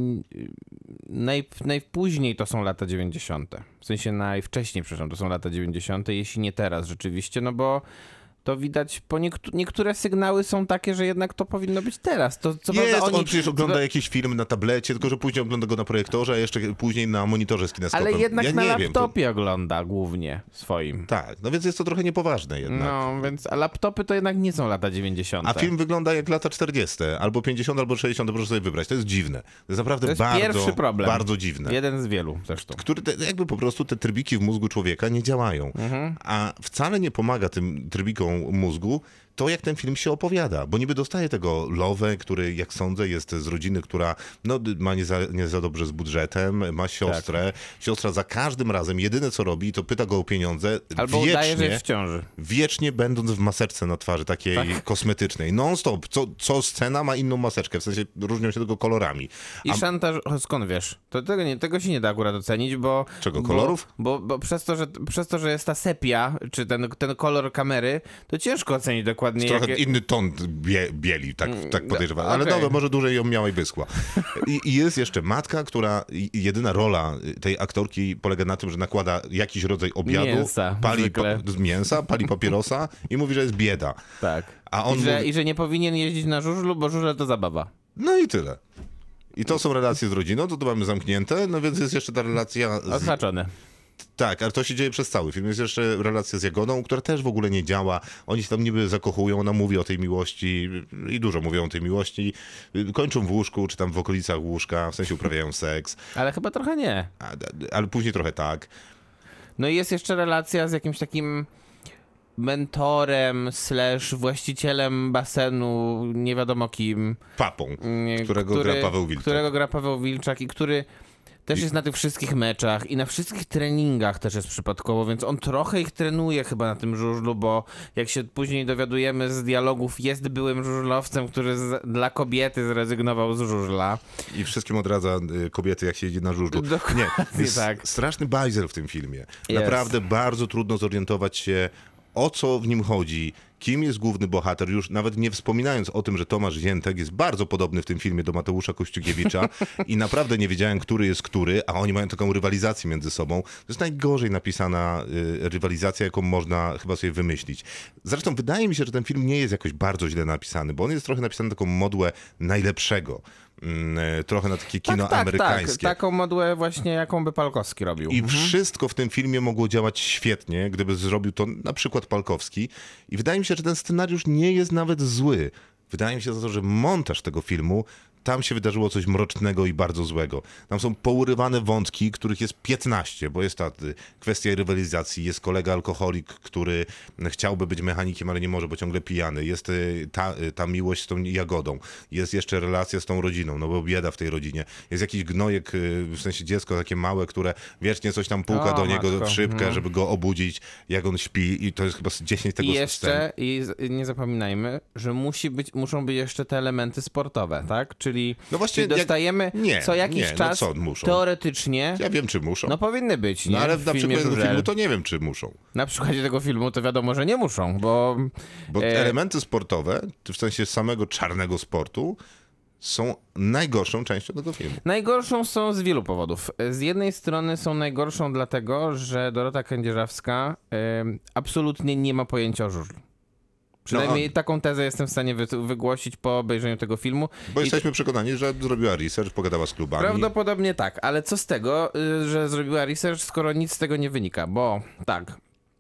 najpóźniej to są lata 90. W sensie najwcześniej, przepraszam, to są lata 90., jeśli nie teraz rzeczywiście, no bo to widać, niektóre sygnały są takie, że jednak to powinno być teraz. To, co Jest, prawda on przecież ogląda jakiś film na tablecie, tylko że później ogląda go na projektorze, a jeszcze później na monitorze z kineskopem. ale jednak ja na nie laptopie ogląda głównie swoim. Wiem, tak, no więc jest to trochę niepoważne jednak. No, więc a laptopy to jednak nie są lata 90. A film wygląda jak lata 40, albo 50, albo 60, proszę sobie wybrać. To jest dziwne. To jest naprawdę To jest bardzo, pierwszy problem. bardzo dziwne. Jeden z wielu zresztą. Jakby po prostu te trybiki w mózgu człowieka nie działają. A wcale nie pomaga tym trybikom mózgu to, jak ten film się opowiada, bo niby dostaje tego Lowę, który, jak sądzę, jest z rodziny, która ma nie za dobrze z budżetem, ma siostrę. Siostra za każdym razem jedyne co robi, to pyta go o pieniądze. Albo udaje, że jest w ciąży. Wiecznie będąc w maseczce na twarzy, takiej kosmetycznej. Non-stop. Co scena ma inną maseczkę, w sensie różnią się tylko kolorami. I szantaż, skąd wiesz? Tego się nie da akurat ocenić, bo... Czego, kolorów? Bo przez to, że jest ta sepia, czy ten kolor kamery, to ciężko ocenić dokładnie. Trochę inny ton bieli, tak podejrzewam. Ale okej. dobra, może dłużej ją miała i wyschła. I jest jeszcze matka, która jedyna rola tej aktorki polega na tym, że nakłada jakiś rodzaj obiadu, Mięsa, pali papierosa i mówi, że jest bieda. Tak. A on I że nie powinien jeździć na żużlu, bo żużel to zabawa. No i tyle. I to są relacje z rodziną, to mamy zamknięte, no więc jest jeszcze ta relacja Odhaczone. Tak, ale to się dzieje przez cały film. Jest jeszcze relacja z Jagodą, która też w ogóle nie działa. Oni się tam niby zakochują, ona mówi o tej miłości i dużo mówią o tej miłości. Kończą w łóżku, czy tam w okolicach łóżka, w sensie uprawiają seks. Ale chyba trochę nie. Ale później trochę tak. No i jest jeszcze relacja z jakimś takim mentorem / właścicielem basenu, nie wiadomo kim. Papą, którego gra Paweł Wilczak. Którego gra Paweł Wilczak i który Też jest na tych wszystkich meczach i na wszystkich treningach też jest przypadkowo, więc on trochę ich trenuje chyba na tym żużlu, bo jak się później dowiadujemy z dialogów, jest byłym żużlowcem, który dla kobiety zrezygnował z żużla. I wszystkim odradza kobiety, jak się jedzie na żużlu. Dokładnie Nie, jest tak. straszny bajzel w tym filmie. Jest. Naprawdę bardzo trudno zorientować się, o co w nim chodzi, kim jest główny bohater, już nawet nie wspominając o tym, że Tomasz Ziętek jest bardzo podobny w tym filmie do Mateusza Kościukiewicza i naprawdę nie wiedziałem, który jest który, a oni mają taką rywalizację między sobą. To jest najgorzej napisana rywalizacja, jaką można chyba sobie wymyślić. Zresztą wydaje mi się, że ten film nie jest jakoś bardzo źle napisany, bo on jest trochę napisany taką modłę najlepszego. Trochę na takie kino amerykańskie. Tak, taką modłę właśnie, jaką by Palkowski robił. I wszystko w tym filmie mogło działać świetnie, gdyby zrobił to na przykład Palkowski. I wydaje mi się, że ten scenariusz nie jest nawet zły. Wydaje mi się za to, że montaż tego filmu, tam się wydarzyło coś mrocznego i bardzo złego. Tam są pourywane wątki, których jest 15, bo jest ta kwestia rywalizacji, jest kolega alkoholik, który chciałby być mechanikiem, ale nie może, bo ciągle pijany. Jest ta miłość z tą Jagodą. Jest jeszcze relacja z tą rodziną, no bo bieda w tej rodzinie. Jest jakiś gnojek, w sensie dziecko takie małe, które wiecznie coś tam puka do niego w szybkę, żeby go obudzić, jak on śpi i to jest chyba 10 tego I jeszcze, i nie zapominajmy, że muszą być jeszcze te elementy sportowe, tak? Czyli dostajemy co jakiś czas, co muszą? Teoretycznie. Ja wiem, czy muszą. No powinny być, nie? No ale w na filmie przykład Żużel. filmu to nie wiem, czy muszą. Na przykładzie tego filmu to wiadomo, że nie muszą, bo elementy sportowe, w sensie samego czarnego sportu, są najgorszą częścią tego filmu. Najgorszą są z wielu powodów. Z jednej strony są najgorszą dlatego, że Dorota Kędzierzawska absolutnie nie ma pojęcia o żużlu. Przynajmniej taką tezę jestem w stanie wygłosić po obejrzeniu tego filmu. Bo jesteśmy przekonani, że zrobiła research, pogadała z klubami. Prawdopodobnie tak, ale co z tego, że zrobiła research, skoro nic z tego nie wynika? Bo tak,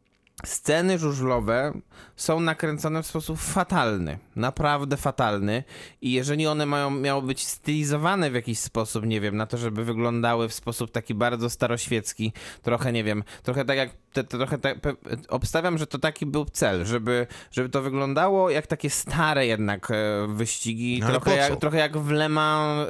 sceny żużlowe są nakręcone w sposób fatalny, naprawdę fatalny i jeżeli one miały być stylizowane w jakiś sposób, nie wiem, na to, żeby wyglądały w sposób taki bardzo staroświecki, trochę, nie wiem, trochę tak jak, obstawiam, że to taki był cel, żeby to wyglądało jak takie stare jednak wyścigi, No, trochę jak w Le Mans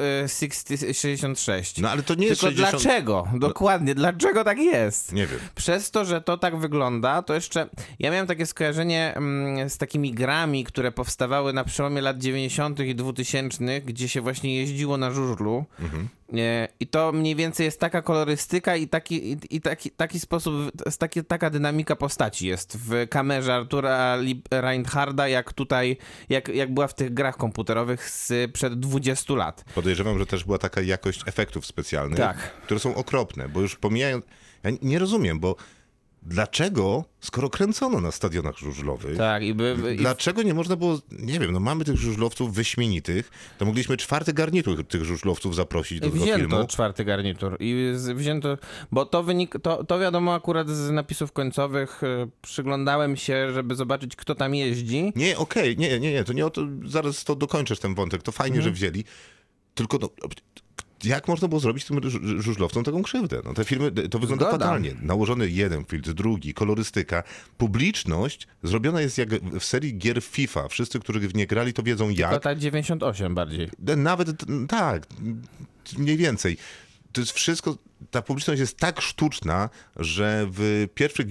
66. No ale to nie jest Tylko 60... dlaczego? Dokładnie, dlaczego tak jest? Nie wiem. Przez to, że to tak wygląda, to jeszcze... Ja miałem takie skojarzenie z takimi grami, które powstawały na przełomie lat 90. i 2000, gdzie się właśnie jeździło na żużlu. I to mniej więcej jest taka kolorystyka i taki sposób, taka dynamika postaci jest w kamerze Artura Reinharda, jak tutaj, jak była w tych grach komputerowych sprzed 20 lat. Podejrzewam, że też była taka jakość efektów specjalnych, Tak. które są okropne, bo już pomijając... Ja nie rozumiem, bo dlaczego, skoro kręcono na stadionach żużlowych, Tak, dlaczego nie można było, nie wiem, no mamy tych żużlowców wyśmienitych, to mogliśmy 4. garnitur tych żużlowców zaprosić do tego filmu. Wzięto 4. garnitur i wzięto, bo to wiadomo akurat z napisów końcowych, przyglądałem się, żeby zobaczyć, kto tam jeździ. Nie, okej, nie, to nie o to, zaraz to dokończysz ten wątek, to fajnie, że wzięli, tylko no, jak można było zrobić tym żużlowcom taką krzywdę? No te filmy, to wygląda fatalnie. Nałożony jeden filtr, drugi, kolorystyka. Publiczność zrobiona jest jak w serii gier FIFA. Wszyscy, którzy w nie grali, to wiedzą jak. To ta 98 bardziej. Nawet tak, mniej więcej. To jest wszystko, ta publiczność jest tak sztuczna, że w pierwszych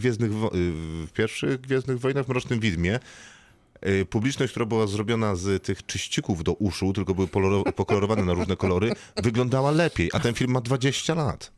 Gwiezdnych Wojnach w Mrocznym Widmie publiczność, która była zrobiona z tych czyścików do uszu, tylko były pokolorowane na różne kolory, wyglądała lepiej, a ten film ma 20 lat.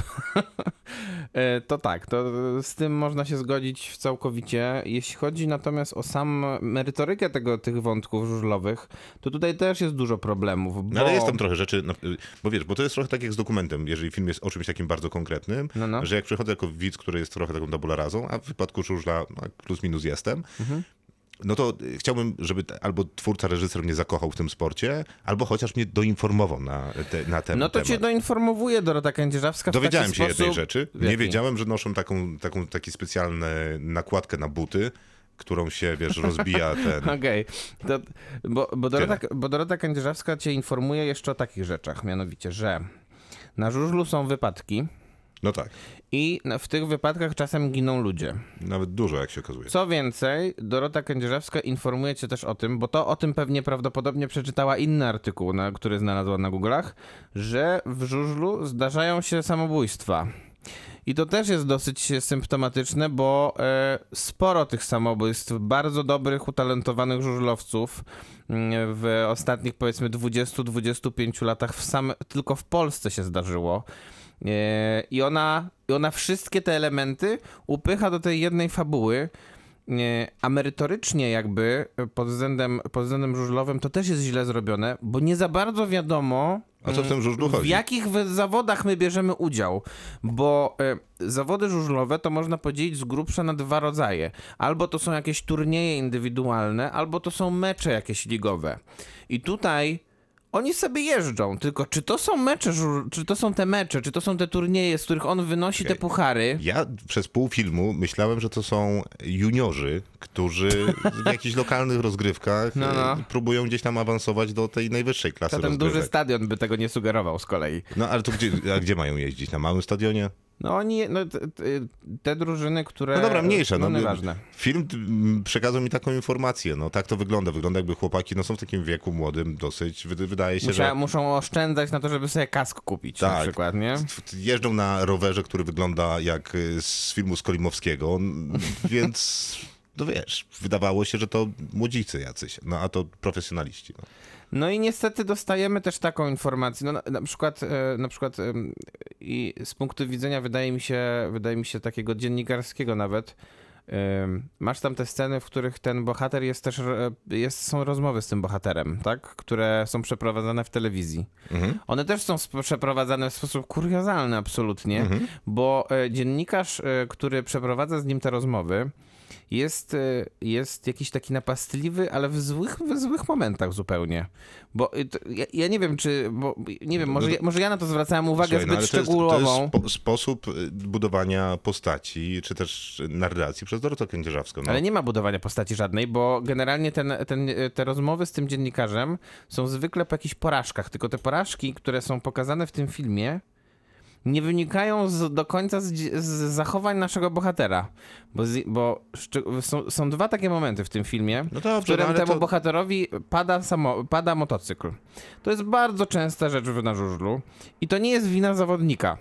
To tak, to z tym można się zgodzić całkowicie. Jeśli chodzi natomiast o sam merytorykę tych wątków żużlowych, to tutaj też jest dużo problemów. Bo... No, ale jest tam trochę rzeczy, bo wiesz, bo to jest trochę tak jak z dokumentem, jeżeli film jest o czymś takim bardzo konkretnym, że jak przychodzę jako widz, który jest trochę taką tabula rasą, a w wypadku żużla plus minus jestem, no to chciałbym, żeby albo twórca, reżyser mnie zakochał w tym sporcie, albo chociaż mnie doinformował na ten No to temat. cię doinformowuje Dorota Kędzierzawska w Dowiedziałem taki się sposób... jednej rzeczy. Nie wiedziałem, że noszą taki specjalną nakładkę na buty, którą się, wiesz, rozbija ten... Okej. Bo Dorota Kędzierzawska cię informuje jeszcze o takich rzeczach, mianowicie, że na żużlu są wypadki, No tak. I w tych wypadkach czasem giną ludzie. Nawet dużo, jak się okazuje. Co więcej, Dorota Kędzierzewska informuje cię też o tym, bo to o tym pewnie prawdopodobnie przeczytała inny artykuł, który znalazła na Google'ach, że w żużlu zdarzają się samobójstwa. I to też jest dosyć symptomatyczne, bo sporo tych samobójstw bardzo dobrych, utalentowanych żużlowców w ostatnich powiedzmy 20-25 latach tylko w Polsce się zdarzyło. I ona wszystkie te elementy upycha do tej jednej fabuły, a merytorycznie jakby pod względem żużlowym to też jest źle zrobione, bo nie za bardzo wiadomo, A co w tym żużlu chodzi? w jakich zawodach my bierzemy udział, bo zawody żużlowe to można podzielić z grubsza na dwa rodzaje. Albo to są jakieś turnieje indywidualne, albo to są mecze jakieś ligowe. I tutaj oni sobie jeżdżą, tylko czy to są mecze, czy to są te mecze, czy to są te turnieje, z których on wynosi te puchary? Ja przez pół filmu myślałem, że to są juniorzy, którzy w jakichś lokalnych rozgrywkach próbują gdzieś tam awansować do tej najwyższej klasy To ten rozgrywek. duży stadion by tego nie sugerował z kolei. No ale to gdzie mają jeździć? Na małym stadionie? No oni, te drużyny, które... No dobra, mniejsze. No nieważne. Film przekazał mi taką informację. No tak to wygląda. Wygląda jakby chłopaki są w takim wieku młodym dosyć. Wydaje się, że... Muszą oszczędzać na to, żeby sobie kask kupić na przykład, nie? Jeżdżą na rowerze, który wygląda jak z filmu Skolimowskiego, więc... No wiesz, wydawało się, że to młodzicy jacyś, no a to profesjonaliści. No i niestety dostajemy też taką informację, no na przykład i z punktu widzenia wydaje mi się takiego dziennikarskiego nawet, masz tam te sceny, w których ten bohater są rozmowy z tym bohaterem, tak? Które są przeprowadzane w telewizji. One też są przeprowadzane w sposób kuriozalny absolutnie, bo dziennikarz, który przeprowadza z nim te rozmowy, jest jakiś taki napastliwy, ale w złych momentach zupełnie. Bo ja nie wiem, może ja na to zwracałem uwagę zbyt szczegółową. To jest sposób budowania postaci, czy też narracji przez Dorotę Kędzierzewską. No. Ale nie ma budowania postaci żadnej, bo generalnie te rozmowy z tym dziennikarzem są zwykle po jakichś porażkach, tylko te porażki, które są pokazane w tym filmie, nie wynikają do końca z zachowań naszego bohatera. Bo są dwa takie momenty w tym filmie, w którym temu bohaterowi pada motocykl. To jest bardzo częsta rzecz na żużlu i to nie jest wina zawodnika.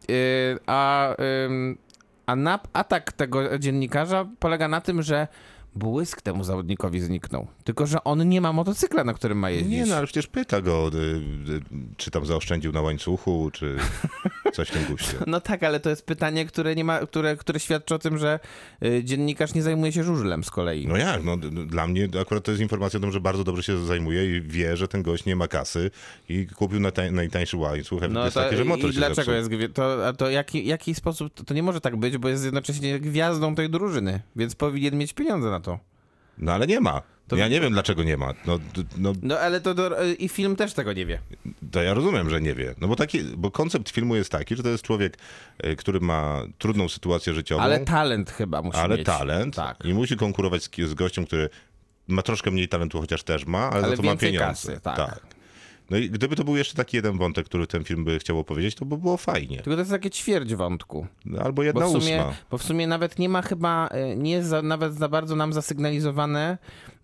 Atak tego dziennikarza polega na tym, że błysk temu zawodnikowi zniknął. Tylko że on nie ma motocykla, na którym ma jeździć. Nie, no ale przecież pyta go, czy tam zaoszczędził na łańcuchu, czy coś w tym guście. No tak, ale to jest pytanie, które świadczy o tym, że dziennikarz nie zajmuje się żużlem z kolei. No jak? No, dla mnie akurat to jest informacja o tym, że bardzo dobrze się zajmuje i wie, że ten gość nie ma kasy i kupił najtańszy łańcuch. No jest takie, że motor i się dlaczego zepsuł. jest to jaki sposób? To nie może tak być, bo jest jednocześnie gwiazdą tej drużyny, więc powinien mieć pieniądze na to. No ale nie ma. Ja nie wiem, dlaczego nie ma. No ale i film też tego nie wie. To ja rozumiem, że nie wie. No bo koncept filmu jest taki, że to jest człowiek, który ma trudną sytuację życiową. Ale talent chyba musi mieć. Ale talent. Tak. I musi konkurować z gościem, który ma troszkę mniej talentu, chociaż też ma, ale za to ma pieniądze. Kasy, tak. No i gdyby to był jeszcze taki jeden wątek, który ten film by chciał opowiedzieć, to by było fajnie. Tylko to jest takie ćwierć wątku. Albo 1/8. Bo w sumie nawet nie ma chyba, nie jest nawet za bardzo nam zasygnalizowane,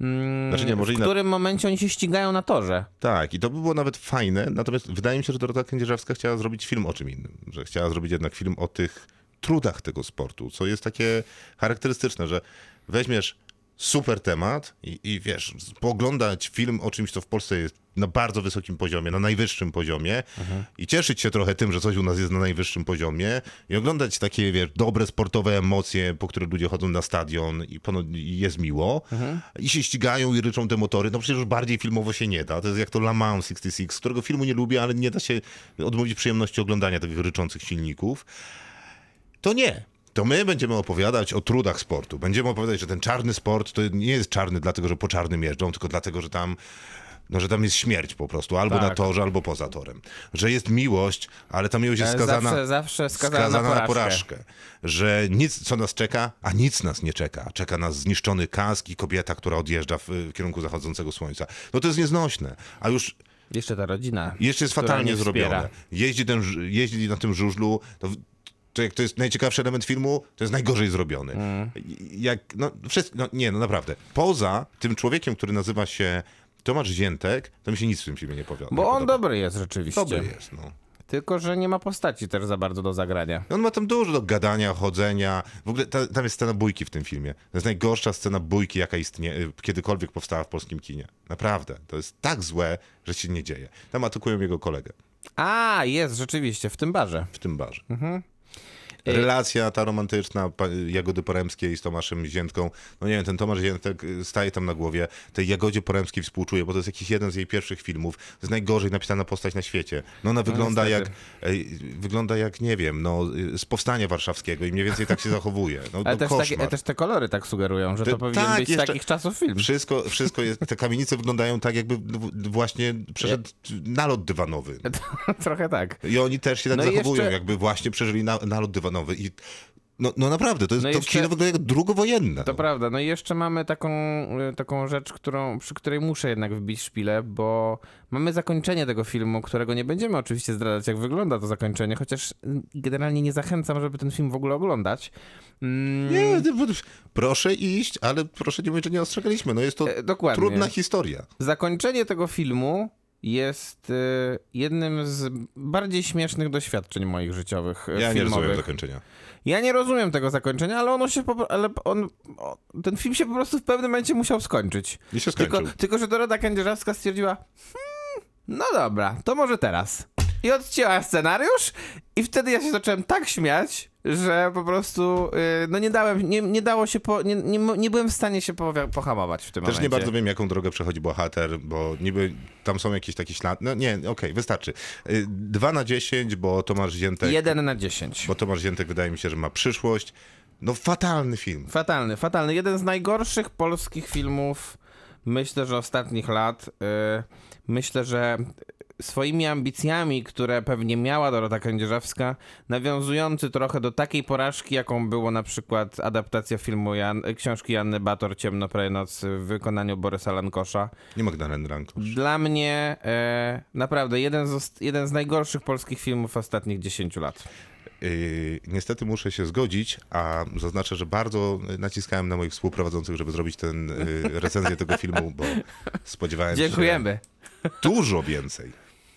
w którym momencie oni się ścigają na torze. Tak, i to by było nawet fajne, natomiast wydaje mi się, że Dorota Kędzierzewska chciała zrobić film o czym innym. Że chciała zrobić jednak film o tych trudach tego sportu, co jest takie charakterystyczne, że weźmiesz super temat i wiesz, pooglądać film o czymś, co w Polsce jest na bardzo wysokim poziomie, na najwyższym poziomie i cieszyć się trochę tym, że coś u nas jest na najwyższym poziomie i oglądać takie, wiesz, dobre sportowe emocje, po które ludzie chodzą na stadion i jest miło i się ścigają i ryczą te motory. No przecież już bardziej filmowo się nie da. To jest jak to Le Mans 66, którego filmu nie lubię, ale nie da się odmówić przyjemności oglądania tych ryczących silników. To nie. To my będziemy opowiadać o trudach sportu. Będziemy opowiadać, że ten czarny sport to nie jest czarny dlatego, że po czarnym jeżdżą, tylko dlatego, że tam jest śmierć po prostu, albo na torze, albo poza torem. Że jest miłość, ale ta miłość jest zawsze skazana na porażkę. Że nic, co nas czeka, a nic nas nie czeka. Czeka nas zniszczony kask i kobieta, która odjeżdża w kierunku zachodzącego słońca. No to jest nieznośne. A już jeszcze ta rodzina. Jeszcze jest fatalnie zrobione. Jeździ na tym żużlu, To jest najciekawszy element filmu, to jest najgorzej zrobiony. Naprawdę. Poza tym człowiekiem, który nazywa się Tomasz Ziętek, to mi się nic w tym filmie nie powiada. Bo on dobry jest rzeczywiście. Dobry jest, no. Tylko, że nie ma postaci też za bardzo do zagrania. On ma tam dużo do gadania, chodzenia. W ogóle tam jest scena bójki w tym filmie. To jest najgorsza scena bójki, jaka kiedykolwiek powstała w polskim kinie. Naprawdę. To jest tak złe, że się nie dzieje. Tam atakują jego kolegę. A, jest rzeczywiście, w tym barze. W tym barze. Relacja ta romantyczna Jagody Poremskiej z Tomaszem Ziętką. No nie wiem, ten Tomasz Ziętek staje tam na głowie. Tej Jagodzie Poremskiej współczuje, bo to jest jakiś jeden z jej pierwszych filmów. To jest najgorzej napisana postać na świecie. No ona wygląda jak, nie wiem, z Powstania Warszawskiego i mniej więcej tak się zachowuje. No, ale też te kolory tak sugerują, że to powinien być z takich czasów film. Wszystko jest, te kamienice wyglądają tak, jakby właśnie przeszedł nalot dywanowy. Trochę tak. I oni też się tak zachowują, jakby właśnie przeżyli nalot dywanowy. I no naprawdę, to kino wygląda jak drugowojenne. To prawda. No i jeszcze mamy taką rzecz, przy której muszę jednak wbić szpilę, bo mamy zakończenie tego filmu, którego nie będziemy oczywiście zdradzać, jak wygląda to zakończenie, chociaż generalnie nie zachęcam, żeby ten film w ogóle oglądać. Nie, proszę iść, ale proszę nie mówić, że nie ostrzegaliśmy. No jest to trudna historia. Zakończenie tego filmu jest jednym z bardziej śmiesznych doświadczeń moich życiowych, filmowych. Nie rozumiem zakończenia. Ja nie rozumiem tego zakończenia, ale ten film się po prostu w pewnym momencie musiał skończyć. I się skończył. Tylko że Dorota Kędzierzawska stwierdziła, no dobra, to może teraz. I odcięła scenariusz i wtedy ja się zacząłem tak śmiać, że po prostu nie byłem w stanie się pohamować w tym momencie. Też nie bardzo wiem, jaką drogę przechodzi bohater, bo niby tam są jakieś takie ślady. No nie, okej, wystarczy. 2/10, bo Tomasz Ziętek... 1/10. Bo Tomasz Ziętek wydaje mi się, że ma przyszłość. No fatalny film. Fatalny. Jeden z najgorszych polskich filmów, myślę, że ostatnich lat. Myślę, że swoimi ambicjami, które pewnie miała Dorota Kędzierzawska, nawiązujący trochę do takiej porażki, jaką było na przykład adaptacja filmu książki Janny Bator Ciemnopraje noc w wykonaniu Borysa Lankosza. Nie Magdaleny Lankosz. Dla mnie naprawdę jeden z najgorszych polskich filmów ostatnich 10 lat. Niestety muszę się zgodzić, a zaznaczę, że bardzo naciskałem na moich współprowadzących, żeby zrobić recenzję tego filmu, bo spodziewałem się dużo więcej.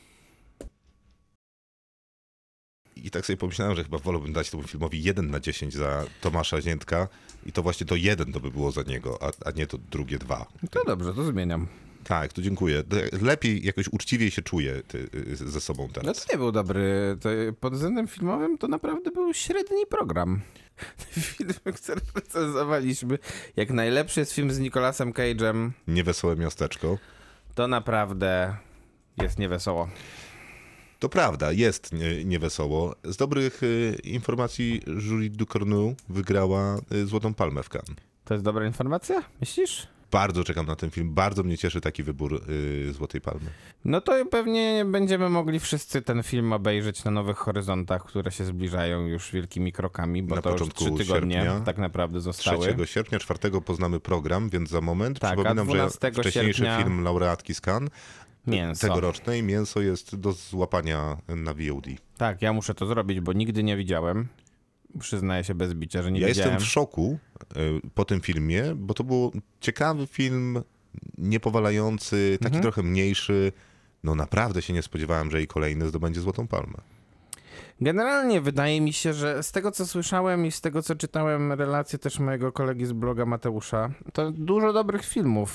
I tak sobie pomyślałem, że chyba wolałbym dać temu filmowi 1/10 za Tomasza Ziętka i to właśnie to 1 to by było za niego, a nie to drugie 2. To dobrze, to zmieniam. Tak, to dziękuję. Lepiej, jakoś uczciwiej się czuję ze sobą teraz. No to nie był dobry. Pod względem filmowym to naprawdę był średni program. Film, który recenzowaliśmy. Jak najlepszy jest film z Nicolasem Cage'em. Niewesołe miasteczko. To naprawdę jest niewesoło. To prawda, jest niewesoło. Z dobrych informacji Julie Ducournau wygrała Złotą Palmę w Cannes. To jest dobra informacja? Myślisz? Bardzo czekam na ten film. Bardzo mnie cieszy taki wybór Złotej Palmy. No to pewnie będziemy mogli wszyscy ten film obejrzeć na Nowych Horyzontach, które się zbliżają już wielkimi krokami, bo na to już 3 tygodnie sierpnia, tak naprawdę zostały. 3 sierpnia, 4 poznamy program, więc za moment przypominam, że wcześniejszy film laureatki z Cannes tegorocznej Mięso jest do złapania na VOD. Tak, ja muszę to zrobić, bo nigdy nie widziałem. Przyznaję się bez bicia, że nie widziałem. Ja jestem w szoku po tym filmie, bo to był ciekawy film, niepowalający, taki trochę mniejszy. No naprawdę się nie spodziewałem, że jej kolejny zdobędzie Złotą Palmę. Generalnie wydaje mi się, że z tego co słyszałem i z tego co czytałem relacje też mojego kolegi z bloga Mateusza, to dużo dobrych filmów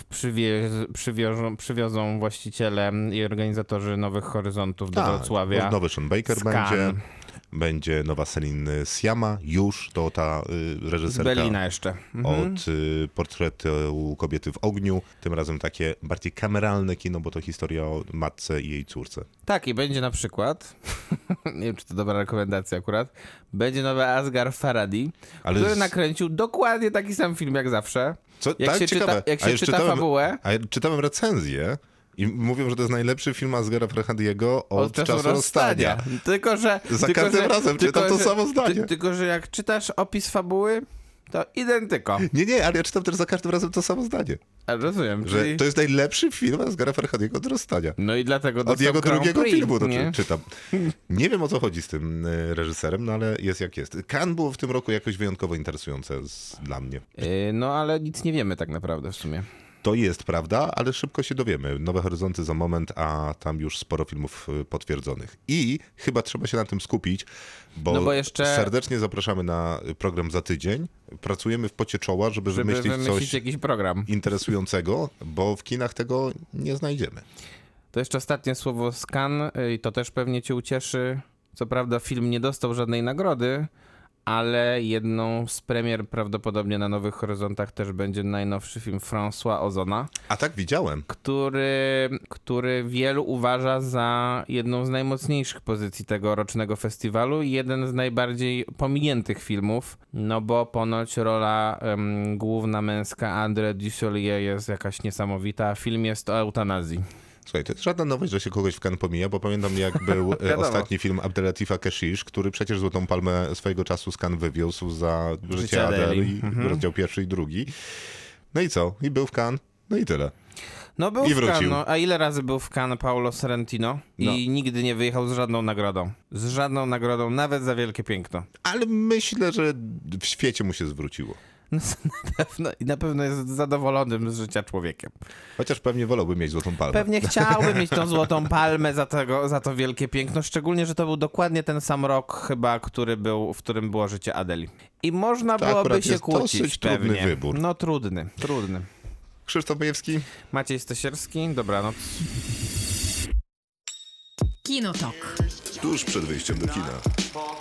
przywiozą właściciele i organizatorzy Nowych Horyzontów do Wrocławia. Nowy Sean Baker będzie nowa Celine Sciamma, już to ta reżyserka. Z Berlina jeszcze. Od Portretu kobiety w ogniu. Tym razem takie bardziej kameralne kino, bo to historia o matce i jej córce. Tak, i będzie na przykład, nie wiem czy to dobra rekomendacja akurat, będzie nowy Asghar Farhadi, który nakręcił dokładnie taki sam film jak zawsze. Co? Jak tak, się ciekawe. czyta fabułę. A ja czytałem recenzję. I mówią, że to jest najlepszy film Asghara Farhadiego od czasu rozstania. Tylko, że za każdym razem czytam to samo zdanie. Tylko, że jak czytasz opis fabuły, To identyko. Nie, ale ja czytam też za każdym razem to samo zdanie. Rozumiem, Że czyli... to jest najlepszy film Asghara Farhadiego od rozstania. No i dlatego Od dostał jego Grand drugiego Prix, filmu to nie? czytam. Nie wiem, o co chodzi z tym reżyserem, no ale jest jak jest. Cannes było w tym roku jakoś wyjątkowo interesujące dla mnie. No ale nic nie wiemy tak naprawdę w sumie. To jest prawda, ale szybko się dowiemy. Nowe Horyzonty za moment, a tam już sporo filmów potwierdzonych. I chyba trzeba się na tym skupić, bo jeszcze... serdecznie zapraszamy na program za tydzień. Pracujemy w pocie czoła, żeby wymyślić coś jakiś program. interesującego, bo w kinach tego nie znajdziemy. To jeszcze ostatnie słowo z Cannes i to też pewnie cię ucieszy. Co prawda film nie dostał żadnej nagrody, ale jedną z premier prawdopodobnie na Nowych Horyzontach też będzie najnowszy film François Ozona, A tak, widziałem. który wielu uważa za jedną z najmocniejszych pozycji tego rocznego festiwalu i jeden z najbardziej pominiętych filmów, no bo ponoć rola główna męska André Dussolier jest jakaś niesamowita, a film jest o eutanazji. Słuchaj, to jest żadna nowość, że się kogoś w Cannes pomija, bo pamiętam jak był ostatni film Abdelatifa Keshish, który przecież Złotą Palmę swojego czasu z Cannes wywiózł za Życie Adeli, rozdział 1 i 2. No i co? I był w Cannes, no i tyle. No był I w wrócił. Cannes, no, a ile razy był w Cannes Paolo Sorrentino i nigdy nie wyjechał z żadną nagrodą. Z żadną nagrodą, nawet za wielkie piękno. Ale myślę, że w świecie mu się zwróciło. No, na pewno jest zadowolonym z życia człowiekiem. Chociaż pewnie wolałby mieć Złotą Palmę. Pewnie chciałby mieć tą Złotą Palmę za to wielkie piękno, szczególnie, że to był dokładnie ten sam rok chyba, w którym było Życie Adeli. I można To byłoby akurat się jest kłócić dosyć trudny pewnie. wybór. No trudny. Krzysztof Majewski. Maciej Stasierski, dobranoc. Kinotok. Tuż przed wyjściem do kina.